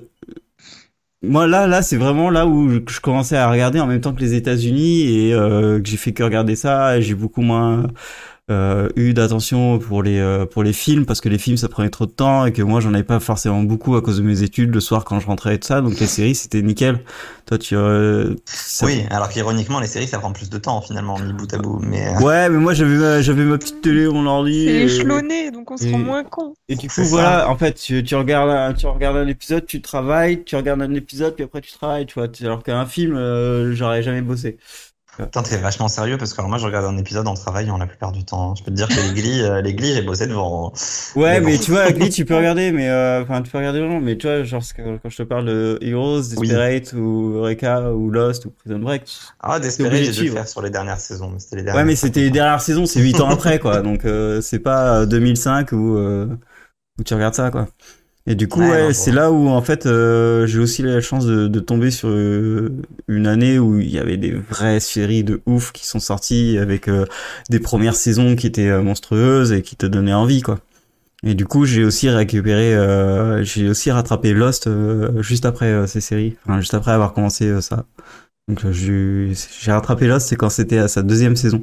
S1: moi là, là, c'est vraiment là où je, je commençais à regarder en même temps que les États-Unis et euh, que j'ai fait que regarder ça. Et j'ai beaucoup moins euh, eu d'attention pour les euh, pour les films parce que les films ça prenait trop de temps et que moi j'en avais pas forcément beaucoup à cause de mes études le soir quand je rentrais et tout ça. Donc les séries c'était nickel. Toi tu euh, ça-
S3: Oui, alors qu'ironiquement, les séries, ça prend plus de temps finalement, mis bout à bout. Mais euh,
S1: ouais, mais moi j'avais ma, j'avais ma petite télé, mon ordi.
S2: C'est
S1: et-
S2: échelonné, donc on se rend
S1: et-
S2: moins con.
S1: Et du coup,
S3: C'est ça.
S1: voilà, en fait, tu, tu regardes un, tu regardes un épisode, tu travailles, tu regardes un épisode, puis après tu travailles, tu vois. Alors qu'un film, euh, j'aurais jamais bossé.
S3: putain, t'es vachement sérieux parce que alors, moi, je regarde un épisode en travaillant la plupart du temps. Je peux te dire que les Glee, euh, les Glee, j'ai bossé devant.
S1: Ouais,
S3: Mais
S1: mais
S3: bon.
S1: tu vois, avec lui, tu peux regarder, mais euh, enfin, tu peux regarder vraiment, mais tu vois, genre, ce que- quand je te parle de Heroes,
S3: Oui.
S1: Desperate, ou Eureka, ou Lost, ou Prison Break.
S3: Ah,
S1: T'es
S3: Desperate,
S1: obligé
S3: j'ai
S1: de
S3: dû le
S1: suivre.
S3: faire sur les dernières saisons, mais c'était les dernières.
S1: Ouais, mais c'était les dernières saisons, c'est huit ans après, quoi. Donc, euh, c'est pas euh, deux mille cinq où, euh, où tu regardes ça, quoi. Et du coup,
S3: Ouais,
S1: ouais,
S3: non, je
S1: c'est
S3: vois.
S1: là où, en fait, euh, j'ai aussi la chance de, de tomber sur euh, une année où il y avait des vraies séries de ouf qui sont sorties avec euh, des premières saisons qui étaient euh, monstrueuses et qui te donnaient envie, quoi. Et du coup, j'ai aussi récupéré, euh, j'ai aussi rattrapé Lost euh, juste après euh, ces séries, enfin, juste après avoir commencé euh, ça. Donc, euh, j'ai j'ai rattrapé Lost, c'est quand c'était à sa deuxième saison.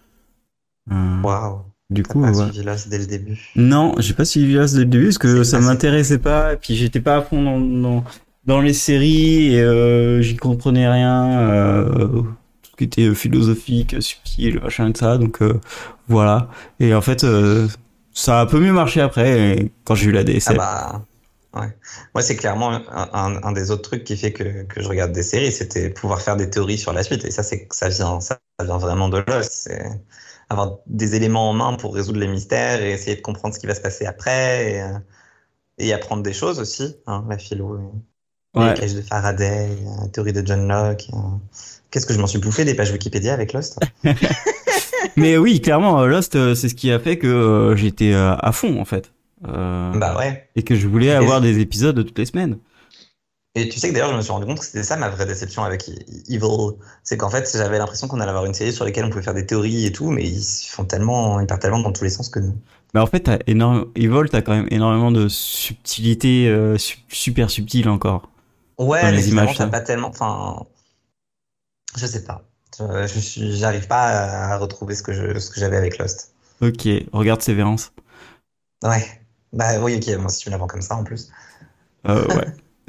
S1: Euh,
S3: Waouh.
S1: du
S3: T'as
S1: coup,
S3: pas
S1: ouais.
S3: suivi Lost dès le début.
S1: Non, j'ai pas suivi Lost dès le début parce que
S3: C'est
S1: ça
S3: passé.
S1: m'intéressait pas et puis j'étais pas à fond dans, dans, dans les séries et euh, j'y comprenais rien, euh, tout ce qui était philosophique, subtil, machin de ça, donc euh, voilà. Et en fait, euh, ça a un peu mieux marché après et quand j'ai eu la
S3: Ah
S1: D S L.
S3: bah. Ouais. Moi, c'est clairement un, un, un des autres trucs qui fait que, que je regarde des séries, c'était pouvoir faire des théories sur la suite. Et ça, c'est ça vient, ça, ça vient vraiment de Lost. C'est avoir des éléments en main pour résoudre les mystères et essayer de comprendre ce qui va se passer après et, euh, et apprendre des choses aussi, hein, la philo, et
S1: Ouais.
S3: les cages de Faraday, la théorie de John Locke. euh. Qu'est-ce que je m'en suis bouffé des pages Wikipédia avec Lost?
S1: Mais oui, clairement, euh, Lost, euh, c'est ce qui a fait que euh, j'étais euh, à fond, en fait. Euh,
S3: Bah ouais.
S1: Et que je voulais avoir des épisodes toutes les semaines.
S3: Et tu sais que d'ailleurs, je me suis rendu compte que c'était ça ma vraie déception avec E- Evil. C'est qu'en fait, j'avais l'impression qu'on allait avoir une série sur laquelle on pouvait faire des théories et tout, mais ils font tellement, ils partent tellement dans tous les sens que non.
S1: Mais en fait, t'as énorme... Evil, t'as quand même énormément de subtilité, euh, su- super subtile encore.
S3: Ouais,
S1: Dans
S3: mais
S1: les
S3: finalement,
S1: images,
S3: t'as
S1: ça.
S3: pas tellement, enfin, je sais pas. Je, je suis, j'arrive pas à retrouver ce que je, ce que j'avais avec Lost.
S1: Ok, regarde Sévérance.
S3: Ouais. Bah oui, ok, moi si tu me la vends comme ça en plus.
S1: Euh, ouais.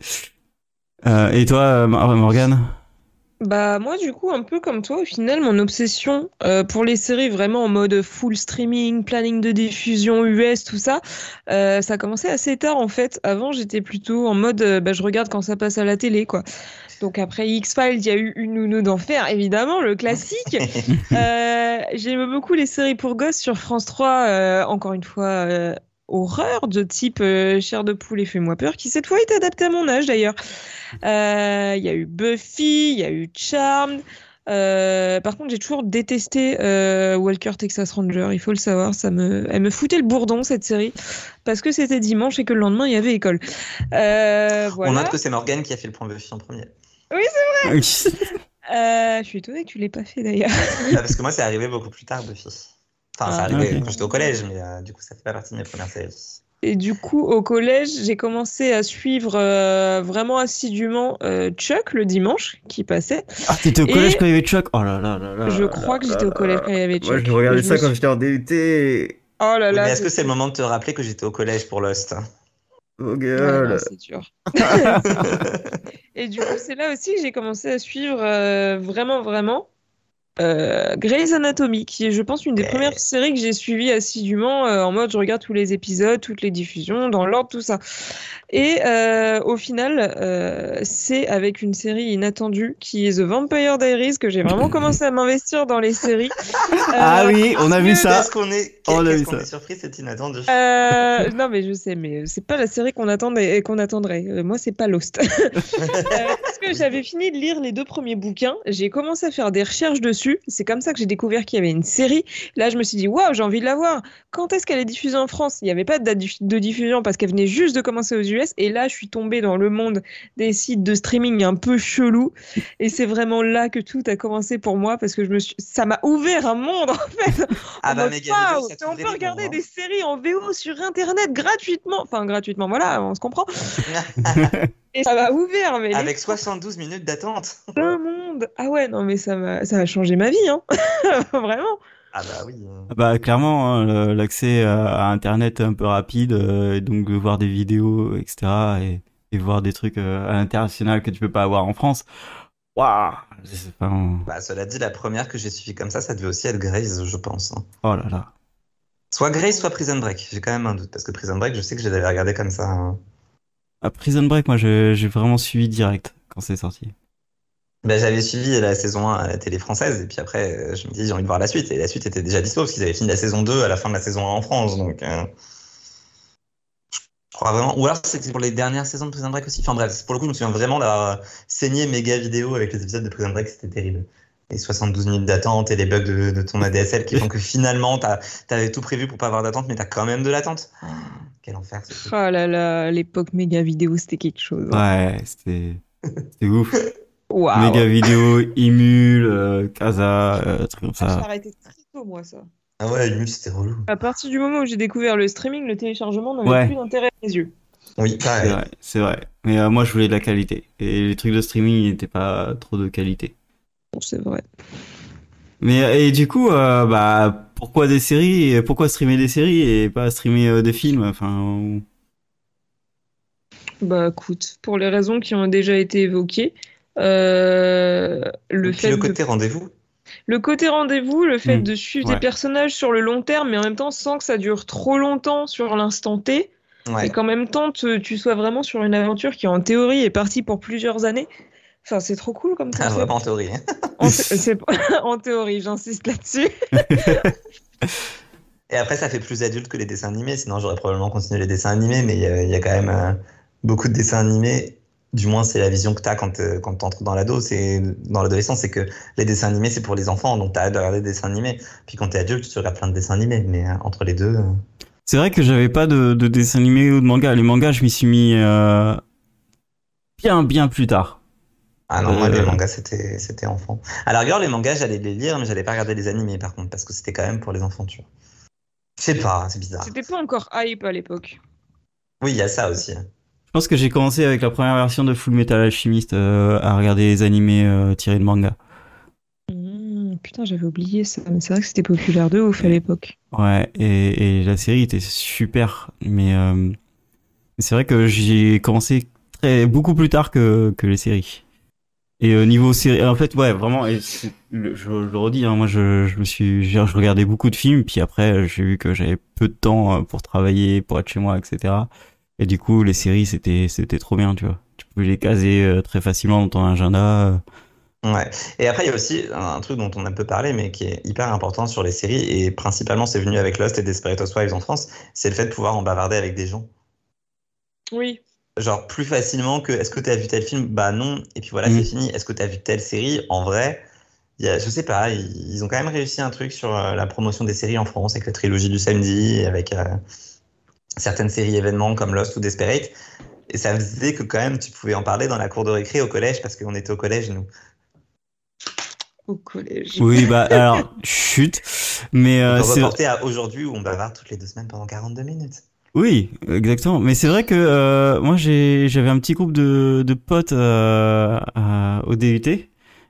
S1: Euh, et toi, euh, Mar- Morgane?
S2: Bah moi du coup un peu comme toi au final mon obsession euh, pour les séries vraiment en mode full streaming, planning de diffusion U S tout ça, euh, ça a commencé assez tard en fait. Avant j'étais plutôt en mode euh, bah, je regarde quand ça passe à la télé quoi. Donc après X-Files il y a eu Une nounou d'enfer évidemment le classique. Euh, j'aime beaucoup les séries pour gosses sur France trois, euh, encore une fois euh, horreur de type euh, Chair de poule et Fais-moi peur qui cette fois est adapté à mon âge d'ailleurs. Euh, Il y a eu Buffy, il y a eu Charmed. Euh, par contre, j'ai toujours détesté euh, Walker Texas Ranger. Il faut le savoir, ça me, elle me foutait le bourdon cette série parce que c'était dimanche et que le lendemain il y avait école. Euh,
S3: On note
S2: voilà.
S3: que c'est Morgane qui a fait le point Buffy en premier.
S2: Oui,
S1: Oui.
S2: euh, je suis étonnée que tu l'aies pas fait d'ailleurs.
S3: Bah, parce que moi, c'est arrivé beaucoup plus tard, Buffy. Enfin, c'est
S2: Ah.
S3: arrivé
S1: Ok.
S3: quand j'étais au collège, mais euh, du coup, ça fait pas partie de mes premières séries.
S2: Et du coup, au collège, j'ai commencé à suivre euh, vraiment assidûment euh, Chuck le dimanche qui passait.
S1: Ah, t'étais au collège
S2: Et
S1: quand il y avait Chuck? Oh là là là là.
S2: je
S1: là
S2: crois que
S1: là
S2: j'étais au
S1: là
S2: collège
S1: là.
S2: quand il y avait
S1: Moi,
S2: Chuck.
S1: je regardais
S2: Et je
S1: ça
S2: me
S1: quand
S2: suis-
S1: j'étais en D U T.
S2: Oh là
S3: Oui,
S2: là,
S3: mais est-ce que
S2: c'est-
S3: c'est le moment de te rappeler que j'étais au collège pour Lost?
S1: Oh
S2: Ouais, non,
S1: gueule.
S2: c'est dur. Et du coup, c'est là aussi que j'ai commencé à suivre euh, vraiment, vraiment euh, Grey's Anatomy, qui est, je pense, une des premières
S3: Ouais.
S2: séries que j'ai suivies assidûment, euh, en mode je regarde tous les épisodes, toutes les diffusions, dans l'ordre, tout ça. Et euh, au final, euh, c'est avec une série inattendue qui est The Vampire Diaries que j'ai vraiment commencé à m'investir dans les séries.
S1: Ah
S2: Euh,
S1: oui, on a vu
S2: que-
S1: ça.
S3: Qu'est-ce qu'on est,
S1: On a
S3: qu'est-ce
S1: vu
S3: qu'on
S1: ça.
S3: est surpris, c'est inattendu.
S2: Euh, non mais je sais, mais c'est pas la série qu'on attendait, qu'on attendrait. Euh, moi, c'est pas Lost. Euh, parce que j'avais fini de lire les deux premiers bouquins, j'ai commencé à faire des recherches dessus. C'est comme ça que j'ai découvert qu'il y avait une série. Là, je me suis dit, waouh, j'ai envie de la voir. Quand est-ce qu'elle est diffusée en France? Il n'y avait pas de date du- de diffusion parce qu'elle venait juste de commencer aux U S. Et là, je suis tombée dans le monde des sites de streaming un peu chelou. Et c'est vraiment là que tout a commencé pour moi parce que je me suis... ça m'a ouvert un monde en fait.
S3: Ah
S2: En
S3: bah,
S2: mode,
S3: méga
S2: waouh,
S3: vidéo, ça
S2: on
S3: t'ouvrait
S2: peut
S3: des
S2: regarder
S3: mondes,
S2: des séries en V O sur Internet gratuitement. Enfin, gratuitement, voilà, on se comprend.
S3: hein.
S2: Et ça m'a ouvert, mais les
S3: Avec soixante-douze minutes d'attente.
S2: plein monde. Ah ouais, non, mais ça m'a, ça a changé ma vie, hein. Vraiment.
S3: Ah bah oui.
S1: Ah bah clairement, hein, le- l'accès à à Internet un peu rapide, euh, et donc de voir des vidéos, et cetera. Et, et voir des trucs euh, à l'international que tu peux pas avoir en France. Waouh, c'est pas...
S3: Bah, cela dit, la première que j'ai suivie comme ça, ça devait aussi être Grey's, je pense, hein.
S1: Oh là là.
S3: Soit Grey's, soit Prison Break. J'ai quand même un doute, parce que Prison Break, je sais que je les avais regardés comme ça, hein.
S1: À Prison Break, moi, je- j'ai vraiment suivi direct quand c'est sorti.
S3: Bah, j'avais suivi la saison un à la télé française, et puis après, euh, je me dis, j'ai envie de voir la suite. Et la suite était déjà dispo, parce qu'ils avaient fini la saison deux à la fin de la saison un en France, donc... euh, Je crois vraiment... Ou alors, c'était pour les dernières saisons de Prison Break aussi. Enfin bref, pour le coup, je me souviens vraiment d'avoir saigné méga vidéo avec les épisodes de Prison Break, c'était terrible. Les soixante-douze minutes d'attente et les bugs de, de ton A D S L qui font que finalement, t'as, t'avais tout prévu pour pas avoir d'attente, mais t'as quand même de l'attente. Oh, quel enfer. ce truc.
S2: Oh là là, l'époque méga vidéo, c'était quelque chose, hein.
S1: Ouais, c'était c'était ouf.
S2: Waouh.
S1: Méga vidéo, Imul, euh, Casa, euh, trucs comme
S2: Ah, j'ai
S1: ça.
S2: arrêté très tôt, moi, ça.
S3: Ah ouais, Emule, c'était relou.
S2: À partir du moment où j'ai découvert le streaming, le téléchargement n'avait
S1: Ouais.
S2: plus d'intérêt à mes yeux.
S3: Oui,
S1: C'est
S3: pareil.
S1: vrai, c'est vrai. Mais euh, moi, je voulais de la qualité. Et les trucs de streaming n'étaient pas trop de qualité.
S2: Bon, c'est vrai.
S1: Mais et du coup, euh, bah, pourquoi des séries et pourquoi streamer des séries et pas streamer euh, des films? Enfin, ou-
S2: Bah écoute, pour les raisons qui ont déjà été évoquées, euh, le
S3: Et puis
S2: fait
S3: le
S2: de
S3: côté rendez-vous.
S2: Le côté rendez-vous, le fait
S1: Hmm.
S2: de suivre
S1: Ouais.
S2: des personnages sur le long terme, mais en même temps sans que ça dure trop longtemps sur l'instant T,
S3: Ouais.
S2: et qu'en même temps te- tu sois vraiment sur une aventure qui en théorie est partie pour plusieurs années. Enfin, c'est trop cool comme
S3: Ah, vraiment en
S2: concept.
S3: théorie.
S2: En, thé- c'est... en théorie, j'insiste là-dessus.
S3: Et après, ça fait plus adulte que les dessins animés. Sinon, j'aurais probablement continué les dessins animés. Mais il y, a il y a quand même euh, beaucoup de dessins animés. Du moins, c'est la vision que tu as quand, euh, quand tu entres dans l'ado, c'est dans l'adolescence, c'est que les dessins animés, c'est pour les enfants. Donc, tu as hâte de regarder des dessins animés. Puis quand tu es adulte, tu regardes plein de dessins animés. Mais euh, entre les deux. euh,
S1: C'est vrai que j'avais pas de, de dessin animé ou de manga. Les mangas, je m'y suis mis euh, bien, bien plus tard.
S3: Ah non, moi, les
S1: Euh,
S3: mangas, c'était c'était enfant. À la rigueur, les mangas, j'allais les lire, mais j'allais pas regarder les animés, par contre, parce que c'était quand même pour les enfants, tu vois. Je sais pas, c'est bizarre.
S2: C'était pas encore hype à l'époque.
S3: Oui, il y a ça aussi.
S1: Je pense que j'ai commencé avec la première version de Full Metal Alchemist euh, à regarder les animés euh, tirés de manga.
S2: Mmh, putain, j'avais oublié ça. Mais c'est vrai que c'était populaire de ouf à
S1: Et-
S2: l'époque.
S1: Ouais, et, et la série était super, mais euh, c'est vrai que j'ai commencé très beaucoup plus tard que que les séries. Et au niveau série, en fait, ouais, vraiment, et c'est- le- je, je le redis, hein, moi, je, je me suis, je, je regardais beaucoup de films, puis après, j'ai vu que j'avais peu de temps euh, pour travailler, pour être chez moi, et cetera. Et du coup, les séries, c'était, c'était trop bien, tu vois. Tu pouvais les caser euh, très facilement dans ton agenda. euh.
S3: Ouais. Et après, il y a aussi un truc dont on a peu parlé, mais qui est hyper important sur les séries, et principalement, c'est venu avec Lost et Desperate Housewives en France, c'est le fait de pouvoir en bavarder avec des gens.
S2: Oui.
S3: Genre, plus facilement que est-ce que tu as vu tel film? Bah non, et puis voilà, c'est
S1: Mhm.
S3: fini. Est-ce que tu as vu telle série? En vrai, il y a, je sais pas, ils, ils ont quand même réussi un truc sur euh, la promotion des séries en France, avec la trilogie du samedi, avec euh, certaines séries événements comme Lost ou Desperate. Et ça faisait que quand même, tu pouvais en parler dans la cour de récré au collège, parce qu'on était au collège, nous.
S2: Au collège.
S1: Oui, bah, alors, chut. Mais
S3: On
S1: euh,
S3: peut
S1: c'est,
S3: reporter à aujourd'hui où on bavarde toutes les deux semaines pendant quarante-deux minutes.
S1: oui, exactement. Mais c'est vrai que euh, moi, j'ai, j'avais un petit groupe de, de potes euh, à- au D U T.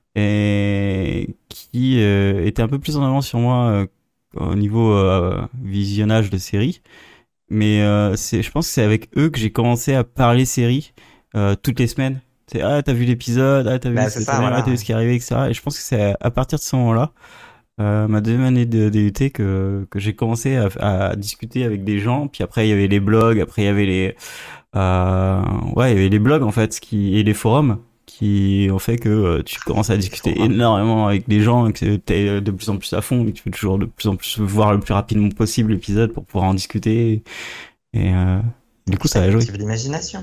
S1: Et qui euh, était un peu plus en avance sur moi euh, au niveau euh, visionnage de séries. Mais euh, c'est, je pense que c'est avec eux que j'ai commencé à parler séries euh, toutes les semaines. C'est ah t'as vu l'épisode, ah t'as vu
S3: Bah, c'est
S1: c'était
S3: ça,
S1: bien, ah
S3: voilà.
S1: t'as vu ce qui est arrivé, et cetera. Et je pense que c'est à partir de ce moment-là, euh, ma deuxième année de D U T, que que j'ai commencé à, à discuter avec des gens. Puis après il y avait les blogs, après il y avait les euh, ouais, il y avait les blogs en fait, qui et les forums qui ont fait que euh, tu commences à discuter
S3: forums.
S1: énormément avec des gens et que t'es de plus en plus à fond et que tu veux toujours de plus en plus voir le plus rapidement possible l'épisode pour pouvoir en discuter et euh, du coup ça
S3: Ça
S1: a joué.
S3: cultive l'imagination.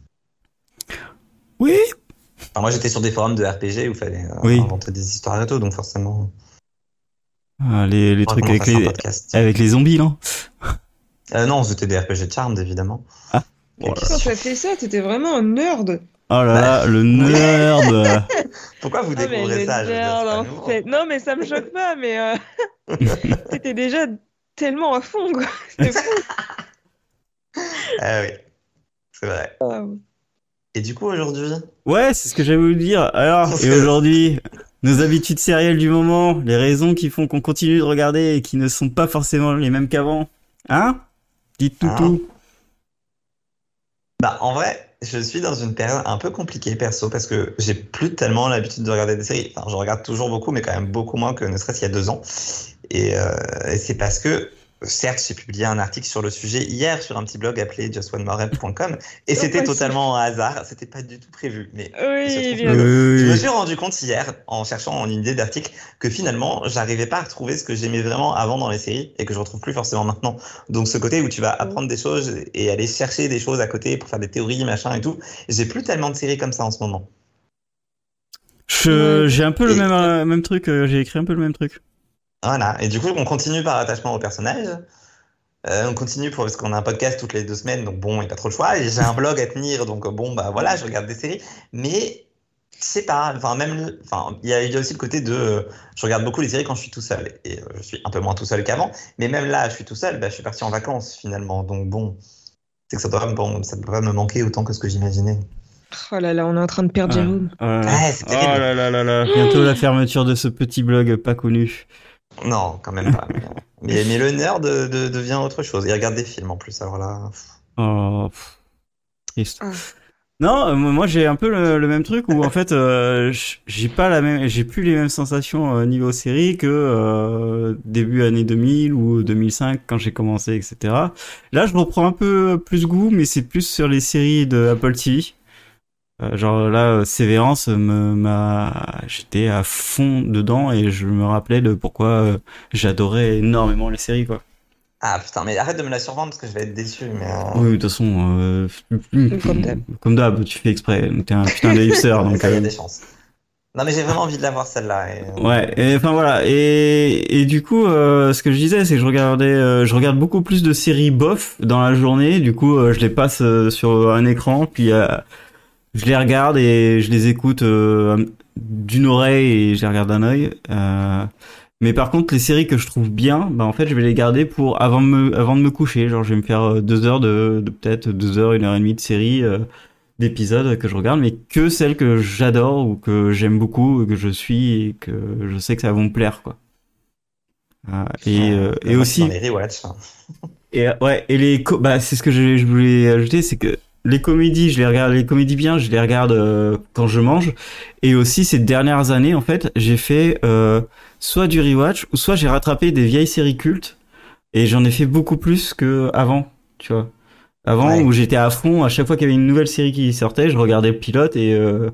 S1: Oui,
S3: Enfin, moi, j'étais sur des forums de R P G où il fallait euh,
S1: oui.
S3: inventer des histoires et tout, donc forcément.
S1: Ah, les les
S3: Faudrait
S1: trucs
S3: qu'on en
S1: avec
S3: fasse un
S1: les
S3: podcast.
S1: avec les zombies non?
S3: Euh, non, c'était des R P G de Charmed, évidemment.
S1: Ah.
S3: Quelle
S1: Oh là
S2: Quand
S3: question.
S2: t'as fait ça, t'étais vraiment un nerd.
S1: Oh là
S3: Bah,
S1: là, le
S3: oui.
S1: nerd.
S3: Pourquoi vous
S2: Ah mais
S3: découvrez
S2: le
S3: ça? Je veux dire, c'est
S2: nerd
S3: pas
S2: en
S3: nouveau.
S2: fait. Non mais ça me choque pas, mais euh, t'étais déjà tellement à fond quoi. C'était fou.
S3: Ah oui, c'est vrai.
S2: Ah.
S3: Et du coup, aujourd'hui,
S1: Ouais, c'est ce que j'avais voulu dire. Alors,
S3: Parce
S1: et
S3: que-
S1: aujourd'hui, nos habitudes sérielles du moment, les raisons qui font qu'on continue de regarder et qui ne sont pas forcément les mêmes qu'avant. Hein? Dites tout
S3: Hein
S1: tout.
S3: bah, en vrai, je suis dans une période un peu compliquée perso parce que j'ai plus tellement l'habitude de regarder des séries. Enfin, je regarde toujours beaucoup, mais quand même beaucoup moins que ne serait-ce qu'il y a deux ans. Et, euh, et c'est parce que, certes, j'ai publié un article sur le sujet hier sur un petit blog appelé just one more rep point com et
S2: Oh,
S3: c'était
S2: facile.
S3: totalement un hasard, c'était pas du tout prévu. Mais il se
S2: Oui,
S3: trouve
S2: bien
S3: que
S1: Oui,
S3: je me
S1: oui.
S3: suis rendu compte hier, en cherchant une idée d'article, que finalement, j'arrivais pas à retrouver ce que j'aimais vraiment avant dans les séries et que je retrouve plus forcément maintenant. Donc, ce côté où tu vas apprendre des choses et aller chercher des choses à côté pour faire des théories, machin et tout, j'ai plus tellement de séries comme ça en ce moment.
S1: Je,
S2: Ouais.
S1: j'ai un peu le
S3: Et-
S1: même, euh, même truc, euh, j'ai écrit un peu le même truc.
S3: Voilà. Et du coup, on continue par attachement au personnage. Euh, on continue pour, parce qu'on a un podcast toutes les deux semaines, donc bon, il n'y a pas trop le choix. Et j'ai un blog à tenir, donc euh, bon, bah voilà, je regarde des séries. Mais je sais pas, enfin, même, le- enfin, il y a, il y a aussi le côté de, euh, je regarde beaucoup les séries quand je suis tout seul. Et euh, je suis un peu moins tout seul qu'avant. Mais même là, je suis tout seul, bah, je suis parti en vacances finalement. Donc bon, c'est que ça doit, bon, ça doit pas me manquer autant que ce que j'imaginais.
S2: Oh là là, on est en train de perdre
S1: Ah,
S2: Jérôme.
S1: oh là là.
S3: Ouais, c'est
S1: Oh
S3: terrible.
S1: là là là là. Bientôt la fermeture de ce petit blog pas connu.
S3: Non, quand même pas. Mais, mais, mais le nerd de- de- devient autre chose. Il regarde des films en plus, alors là. pff.
S1: Oh, pff, triste.
S2: Ah.
S1: Non, euh, moi j'ai un peu le, le même truc où en fait euh, j- j'ai pas la même, j'ai plus les mêmes sensations euh, niveau série que euh, début année deux mille ou deux mille cinq quand j'ai commencé, et cetera. Là, je reprends un peu plus goût, mais c'est plus sur les séries de Apple T V. Euh, genre là, euh, Sévérance me m'a, j'étais à fond dedans et je me rappelais de pourquoi euh, j'adorais énormément les séries quoi.
S3: Ah putain, mais arrête de me la survendre parce que je vais être déçu. Mais euh,
S1: Oui, de toute façon, euh,
S2: Comme d'hab.
S1: comme d'hab, tu fais exprès. T'es un putain de hipster, donc.
S3: ça, il y a
S1: euh,
S3: des chances. Non, mais j'ai vraiment envie de la voir celle-là. Et, euh,
S1: Ouais, et enfin voilà, et, et du coup, euh, ce que je disais, c'est que je regardais, euh, je regarde beaucoup plus de séries bof dans la journée. Du coup, euh, je les passe euh, sur un écran, puis euh, je les regarde et je les écoute euh, d'une oreille et je les regarde d'un œil. Euh, mais par contre, les séries que je trouve bien, bah en fait, je vais les garder pour avant de me, avant de me coucher. Genre, je vais me faire euh, deux heures de, de peut-être deux heures, une heure et demie de série. Euh, d'épisodes que je regarde, mais que celles que j'adore ou que j'aime beaucoup, que je suis et que je sais que ça va me plaire, quoi. Euh, et, euh,
S3: mais
S1: et
S3: moi, c'est dans
S1: aussi,
S3: les rewatch. hein.
S1: et euh, ouais, et les, co- bah c'est ce que je, je voulais ajouter, c'est que les comédies, je les regarde, les comédies bien, je les regarde euh, quand je mange. Et aussi ces dernières années, en fait, j'ai fait euh, soit du rewatch ou soit j'ai rattrapé des vieilles séries cultes et j'en ai fait beaucoup plus que avant, tu vois. Avant,
S3: Ouais.
S1: où j'étais à fond, à chaque fois qu'il y avait une nouvelle série qui sortait, je regardais le pilote et euh,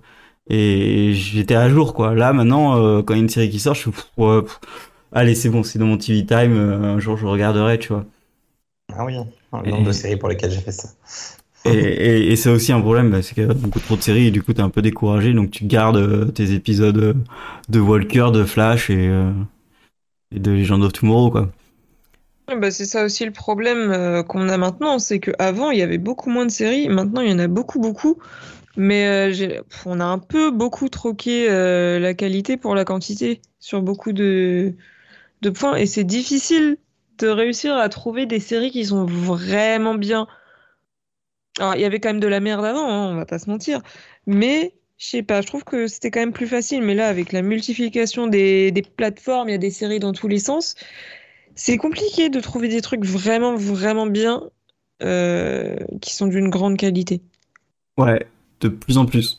S1: et j'étais à jour quoi. Là maintenant, euh, quand il y a une série qui sort, je suis pff, ouais, pff, allez c'est bon, c'est dans mon T V time. euh, un jour je regarderai, tu vois.
S3: Ah oui, le nombre de
S1: Et
S3: séries pour lesquelles j'ai fait ça.
S1: et, et, et c'est aussi un problème, bah, c'est qu'il y a beaucoup trop de séries et du coup t'es un peu découragé, donc tu gardes euh, tes épisodes euh, de Walker, de Flash et, euh, et de Legend of Tomorrow quoi.
S2: Ah bah, c'est ça aussi le problème euh, qu'on a maintenant, c'est qu'avant il y avait beaucoup moins de séries, maintenant il y en a beaucoup beaucoup, mais euh, j'ai- pff, on a un peu beaucoup troqué euh, la qualité pour la quantité sur beaucoup de, de points, et c'est difficile de réussir à trouver des séries qui sont vraiment bien. Alors il y avait quand même de la merde avant, hein, on va pas se mentir, mais je sais pas, je trouve que c'était quand même plus facile, mais là avec la multiplication des, des plateformes, il y a des séries dans tous les sens. C'est compliqué de trouver des trucs vraiment, vraiment bien euh, qui sont d'une grande qualité.
S1: Ouais, de plus en plus.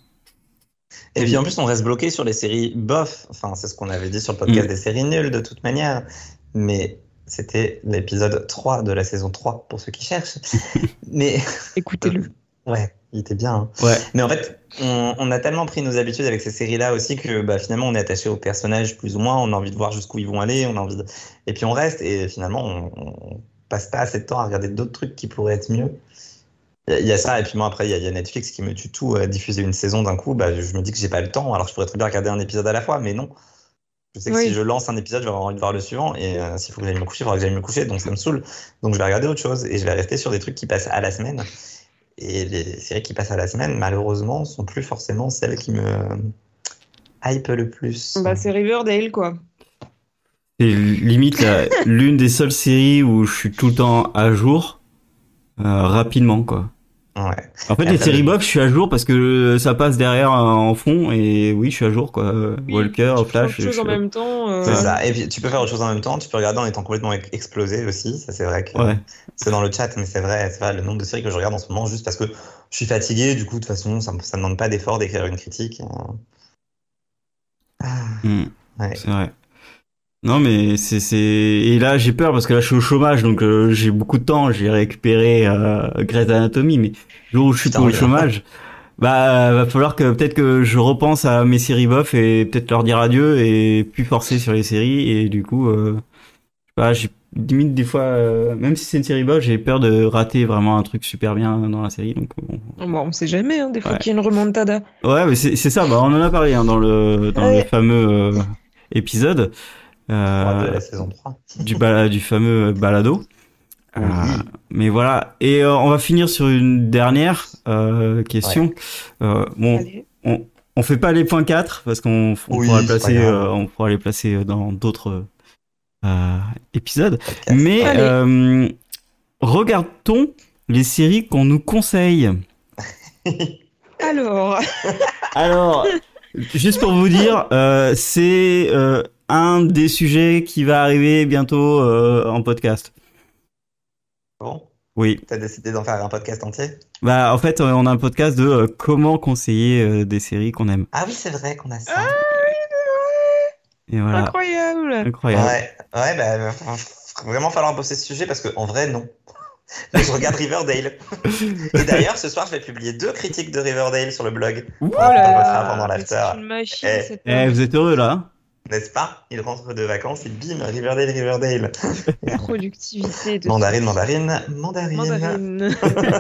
S3: Et puis en plus, on reste bloqué sur les séries bof. Enfin, c'est ce qu'on avait dit sur le podcast
S1: Mm.
S3: des séries nulles de toute manière. Mais c'était l'épisode trois de la saison trois pour ceux qui cherchent. Mais
S2: Écoutez-le.
S3: ouais, il était bien. hein.
S1: Ouais.
S3: Mais en fait, on, on a tellement pris nos habitudes avec ces séries-là aussi que bah, finalement, on est attaché aux personnages plus ou moins. On a envie de voir jusqu'où ils vont aller. On a envie de... Et puis on reste. Et finalement, on, on passe pas assez de temps à regarder d'autres trucs qui pourraient être mieux. Il y, a- il y a ça, et puis moi après, il y, a- il y a Netflix qui me tue tout à diffuser une saison d'un coup. Bah, je me dis que j'ai pas le temps, alors je pourrais très bien regarder un épisode à la fois, mais non. Je sais que si
S2: Oui.
S3: je lance un épisode, je vais avoir envie de voir le suivant, et euh, s'il faut que j'aille me coucher, il faudra que j'aille me coucher, donc ça me saoule. Donc je vais regarder autre chose, et je vais rester sur des trucs qui passent à la semaine. Et les séries qui passent à la semaine, malheureusement, sont plus forcément celles qui me hype le plus.
S2: Bah, c'est Riverdale, quoi.
S1: C'est limite la- l'une des seules séries où je suis tout le temps à jour, euh, rapidement, quoi.
S3: Ouais.
S1: En fait,
S3: Et
S1: les
S3: après,
S1: séries
S3: le-
S1: box, je suis à jour parce que ça passe derrière euh, en fond et oui, je suis à jour, quoi. Euh,
S2: Oui,
S1: Walker,
S2: tu fais
S1: Flash,
S2: autre
S1: je
S2: chose en
S1: suis...
S2: même temps. euh,
S3: C'est ça. Et puis tu peux faire autre chose en même temps, tu peux regarder en étant complètement ex- explosé aussi. Ça, c'est vrai que
S1: Ouais.
S3: c'est dans le chat, mais c'est vrai, c'est vrai, le nombre de séries que je regarde en ce moment, juste parce que je suis fatigué, du coup, de toute façon, ça ne demande pas d'effort d'écrire une critique. Ah,
S1: Hmm,
S3: ouais.
S1: c'est vrai. Non, mais c'est, c'est... Et là, j'ai peur parce que là, je suis au chômage, donc euh, j'ai beaucoup de temps. J'ai récupéré euh, Grey's Anatomy, mais le jour où je suis
S3: Putain,
S1: plus au
S3: oui.
S1: chômage, bah, va falloir que peut-être que je repense à mes séries bof et peut-être leur dire adieu et plus forcer sur les séries. Et du coup, euh, je sais pas, j'ai limite des fois, euh, même si c'est une série bof, j'ai peur de rater vraiment un truc super bien dans la série. Donc, bon.
S2: Bon, on sait jamais, hein, des fois
S1: Ouais.
S2: qu'il y a une remontada.
S1: Ouais, mais c'est, c'est ça. Bah, on en a parlé hein, dans le dans le
S2: Ouais.
S1: fameux euh, épisode.
S3: Trois de
S1: Euh,
S3: la saison trois.
S1: du, bala- du fameux balado. Euh,
S3: Oui.
S1: mais voilà. Et euh, on va finir sur une dernière euh, question. Euh, bon,
S2: Allez.
S1: on, on fait pas les points quatre parce qu'on on
S3: Oui,
S1: pourra les
S3: c'est pas
S1: placer,
S3: grave.
S1: euh, on pourra les placer dans d'autres euh, épisodes.
S3: Podcast.
S1: Mais
S2: Allez.
S1: euh, regarde-t-on les séries qu'on nous conseille?
S2: Alors,
S1: Alors, juste pour vous dire, euh, c'est euh, un des sujets qui va arriver bientôt euh, en podcast.
S3: Bon.
S1: Oui.
S3: T'as décidé d'en faire un podcast entier?
S1: Bah, en fait, on a un podcast de euh, comment conseiller euh, des séries qu'on aime.
S3: Ah oui, c'est vrai qu'on a ça.
S2: Ah
S1: Et voilà.
S2: Incroyable.
S1: Incroyable.
S3: Ouais, ouais, bah, va vraiment falloir bosser ce sujet parce qu'en vrai, non. Je regarde Riverdale. Et d'ailleurs, ce soir, je vais publier deux critiques de Riverdale sur le blog.
S1: Ouh.
S2: Oh là
S3: On va
S2: là.
S3: faire pendant l'after.
S2: C'est une machine,
S3: Eh.
S2: cette
S1: Eh,
S2: meuf.
S1: vous êtes heureux là hein?
S3: N'est-ce pas? Il rentre de vacances et bim, Riverdale, Riverdale.
S2: Productivité de
S3: Mandarine, mandarine, mandarine.
S2: mandarine.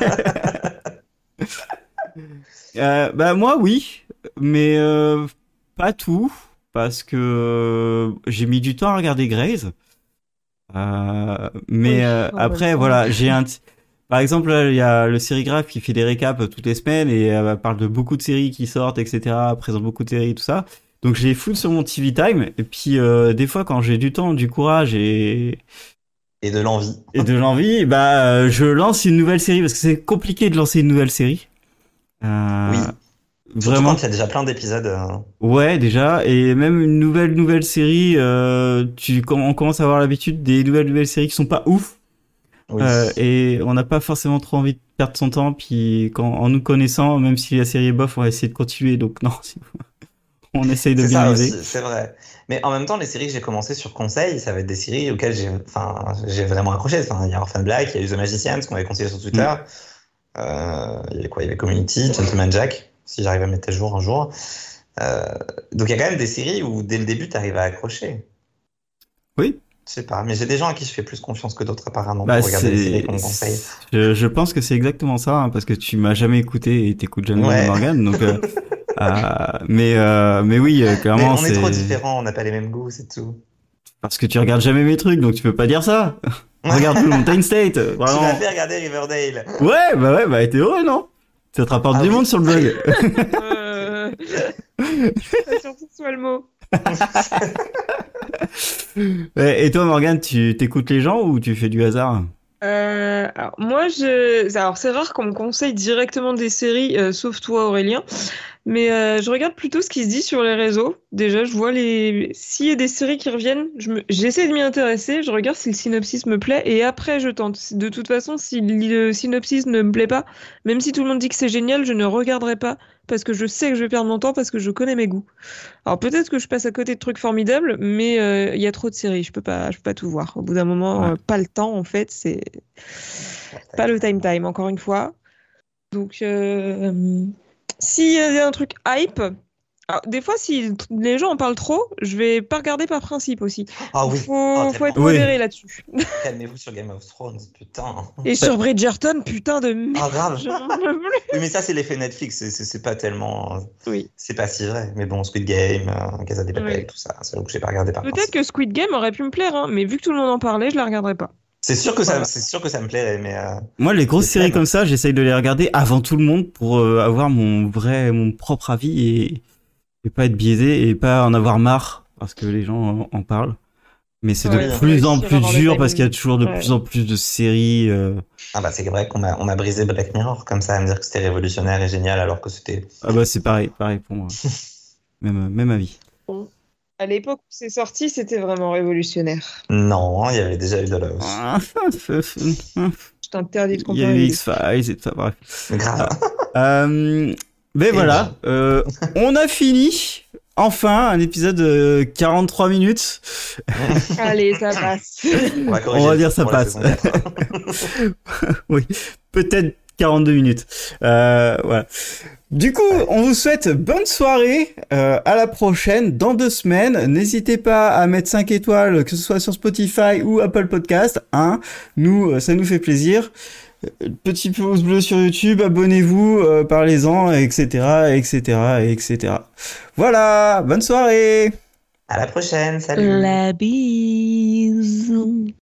S1: Euh, bah moi oui, mais euh, pas tout, parce que euh, j'ai mis du temps à regarder Grey's. Euh, mais
S2: Oui,
S1: euh,
S2: en
S1: après
S2: même temps.
S1: voilà, j'ai un t- par exemple là, il y a le sérigraphe qui fait des récaps toutes les semaines et euh, parle de beaucoup de séries qui sortent, et cetera. Présente beaucoup de séries et tout ça. Donc je les fous sur mon T V Time et puis euh, des fois quand j'ai du temps, du courage et
S3: Et de l'envie.
S1: et de l'envie, bah euh, je lance une nouvelle série parce que c'est compliqué de lancer une nouvelle série. Euh,
S3: Oui. Surtout
S1: Vraiment.
S3: quand il y a déjà plein d'épisodes. euh,
S1: Ouais, déjà, et même une nouvelle nouvelle série, euh, tu com- on commence à avoir l'habitude des nouvelles nouvelles séries qui sont pas ouf,
S3: Oui.
S1: euh, et on n'a pas forcément trop envie de perdre son temps. Puis quand en nous connaissant, même si la série est bof, on va essayer de continuer. Donc non, c'est- on essaye de
S3: C'est
S1: bien
S3: ça
S1: viser.
S3: aussi, c'est vrai. Mais en même temps, les séries que j'ai commencé sur conseil, ça va être des séries auxquelles j'ai, enfin, j'ai vraiment accroché. Enfin, il y a Orphan Black, il y a eu The Magicians qu'on avait conseillé sur Twitter.
S1: Mm.
S3: Euh, il y avait quoi? Il y avait Community, Gentleman Jack, si j'arrive à mettre à jour un jour. Euh, donc il y a quand même des séries où dès le début, tu arrives à accrocher.
S1: Oui.
S3: Je sais pas, mais j'ai des gens à qui je fais plus confiance que d'autres apparemment
S1: Bah
S3: pour regarder les séries
S1: c'est,
S3: qu'on me conseille.
S1: je, je pense que c'est exactement ça, hein, parce que tu m'as jamais écouté et t'écoutes jamais
S3: Ouais.
S1: Morgan, donc. Euh, euh, mais euh, mais oui, euh,
S3: Mais
S1: clairement
S3: on est
S1: c'est
S3: trop différents, on n'a pas les mêmes goûts, c'est tout.
S1: parce que tu regardes jamais mes trucs, donc tu peux pas dire ça. Regarde tout le Mountain State,
S3: Tu
S1: vraiment.
S3: m'as fait regarder Riverdale.
S1: Ouais, bah ouais, bah t'es heureux, non? Ça te rapporte
S3: Ah
S1: du
S3: oui.
S1: monde sur le blog.
S2: Euh... Pas sûr que ce soit le mot.
S1: Ouais, et toi, Morgane, tu t'écoutes les gens ou tu fais du hasard?
S2: Euh, alors moi, je... alors c'est rare qu'on me conseille directement des séries, euh, sauf toi, Aurélien. Mais euh, je regarde plutôt ce qui se dit sur les réseaux. Déjà, je vois les. S'il y a des séries qui reviennent, je me... j'essaie de m'y intéresser. Je regarde si le synopsis me plaît et après je tente. De toute façon, si le synopsis ne me plaît pas, même si tout le monde dit que c'est génial, je ne regarderai pas parce que je sais que je vais perdre mon temps parce que je connais mes goûts. Alors peut-être que je passe à côté de trucs formidables, mais euh, il y a trop de séries. Je peux pas, je peux pas tout voir. Au bout d'un moment,
S1: Ouais.
S2: euh, pas le temps en fait. C'est pas le time time. Encore une fois. Donc. Euh... S'il y a un truc hype, alors, des fois, si les gens en parlent trop, je vais pas regarder par principe aussi.
S3: Ah oui.
S2: Faut,
S3: Oh,
S2: faut être
S3: tellement.
S1: Oui.
S2: modéré là-dessus.
S3: Calmez-vous sur Game of Thrones, putain.
S2: Et sur Bridgerton, putain de merde.
S3: Ah grave.
S2: j'en peux plus.
S3: Oui, mais ça, c'est l'effet Netflix. C'est- C'est c'est pas tellement.
S2: Oui.
S3: C'est pas si vrai. Mais bon, Squid Game, euh, Casa de Papel,
S2: Oui.
S3: tout ça, c'est là que j'ai pas regardé par
S2: Peut-être
S3: principe.
S2: que Squid Game aurait pu me plaire, hein, mais vu que tout le monde en parlait, je la regarderai pas.
S3: C'est sûr que ça,
S2: Voilà.
S3: c'est sûr que ça me plairait, mais euh,
S1: Moi, les grosses
S3: C'est
S1: séries
S3: faible.
S1: comme ça, j'essaye de les regarder avant tout le monde pour euh, avoir mon vrai, mon propre avis et, et pas être biaisé et pas en avoir marre parce que les gens en, en parlent. Mais c'est
S2: Ouais,
S1: de
S2: faut
S1: plus en
S2: réussir à
S1: plus
S2: avoir le
S1: dur
S2: timing.
S1: parce qu'il y a toujours de
S2: Ouais.
S1: plus en plus de séries. euh.
S3: ah bah c'est vrai qu'on m'a on m'a brisé Black Mirror comme ça à me dire que c'était révolutionnaire et génial alors que c'était.
S1: Ah bah c'est pareil, pareil pour moi. Même, même avis.
S2: À l'époque où c'est sorti, c'était vraiment révolutionnaire.
S3: Non, il y avait déjà eu de Lost.
S2: Je t'interdis de
S1: Il y a
S2: comparer.
S1: eu
S2: les
S1: X-Files et tout ça, bref.
S3: Grave.
S1: Euh, ben
S3: Et
S1: voilà, euh, on a fini. Enfin, un épisode de quarante-trois minutes.
S2: deux. Allez, ça passe.
S3: On va, corriger
S1: On va
S3: le
S1: dire
S3: tir
S1: ça
S3: pour la
S1: passe.
S3: saison quatre.
S1: Oui, peut-être quarante-deux minutes. Euh, voilà. Du coup, on vous souhaite bonne soirée. Euh, à la prochaine, dans deux semaines. N'hésitez pas à mettre cinq étoiles, que ce soit sur Spotify ou Apple Podcast. Hein. Nous, euh, ça nous fait plaisir. Euh, Petit pouce bleu sur YouTube, abonnez-vous, euh, parlez-en, et cetera, et cetera, et cetera. Voilà, bonne soirée.
S3: À la prochaine, salut.
S2: La bise.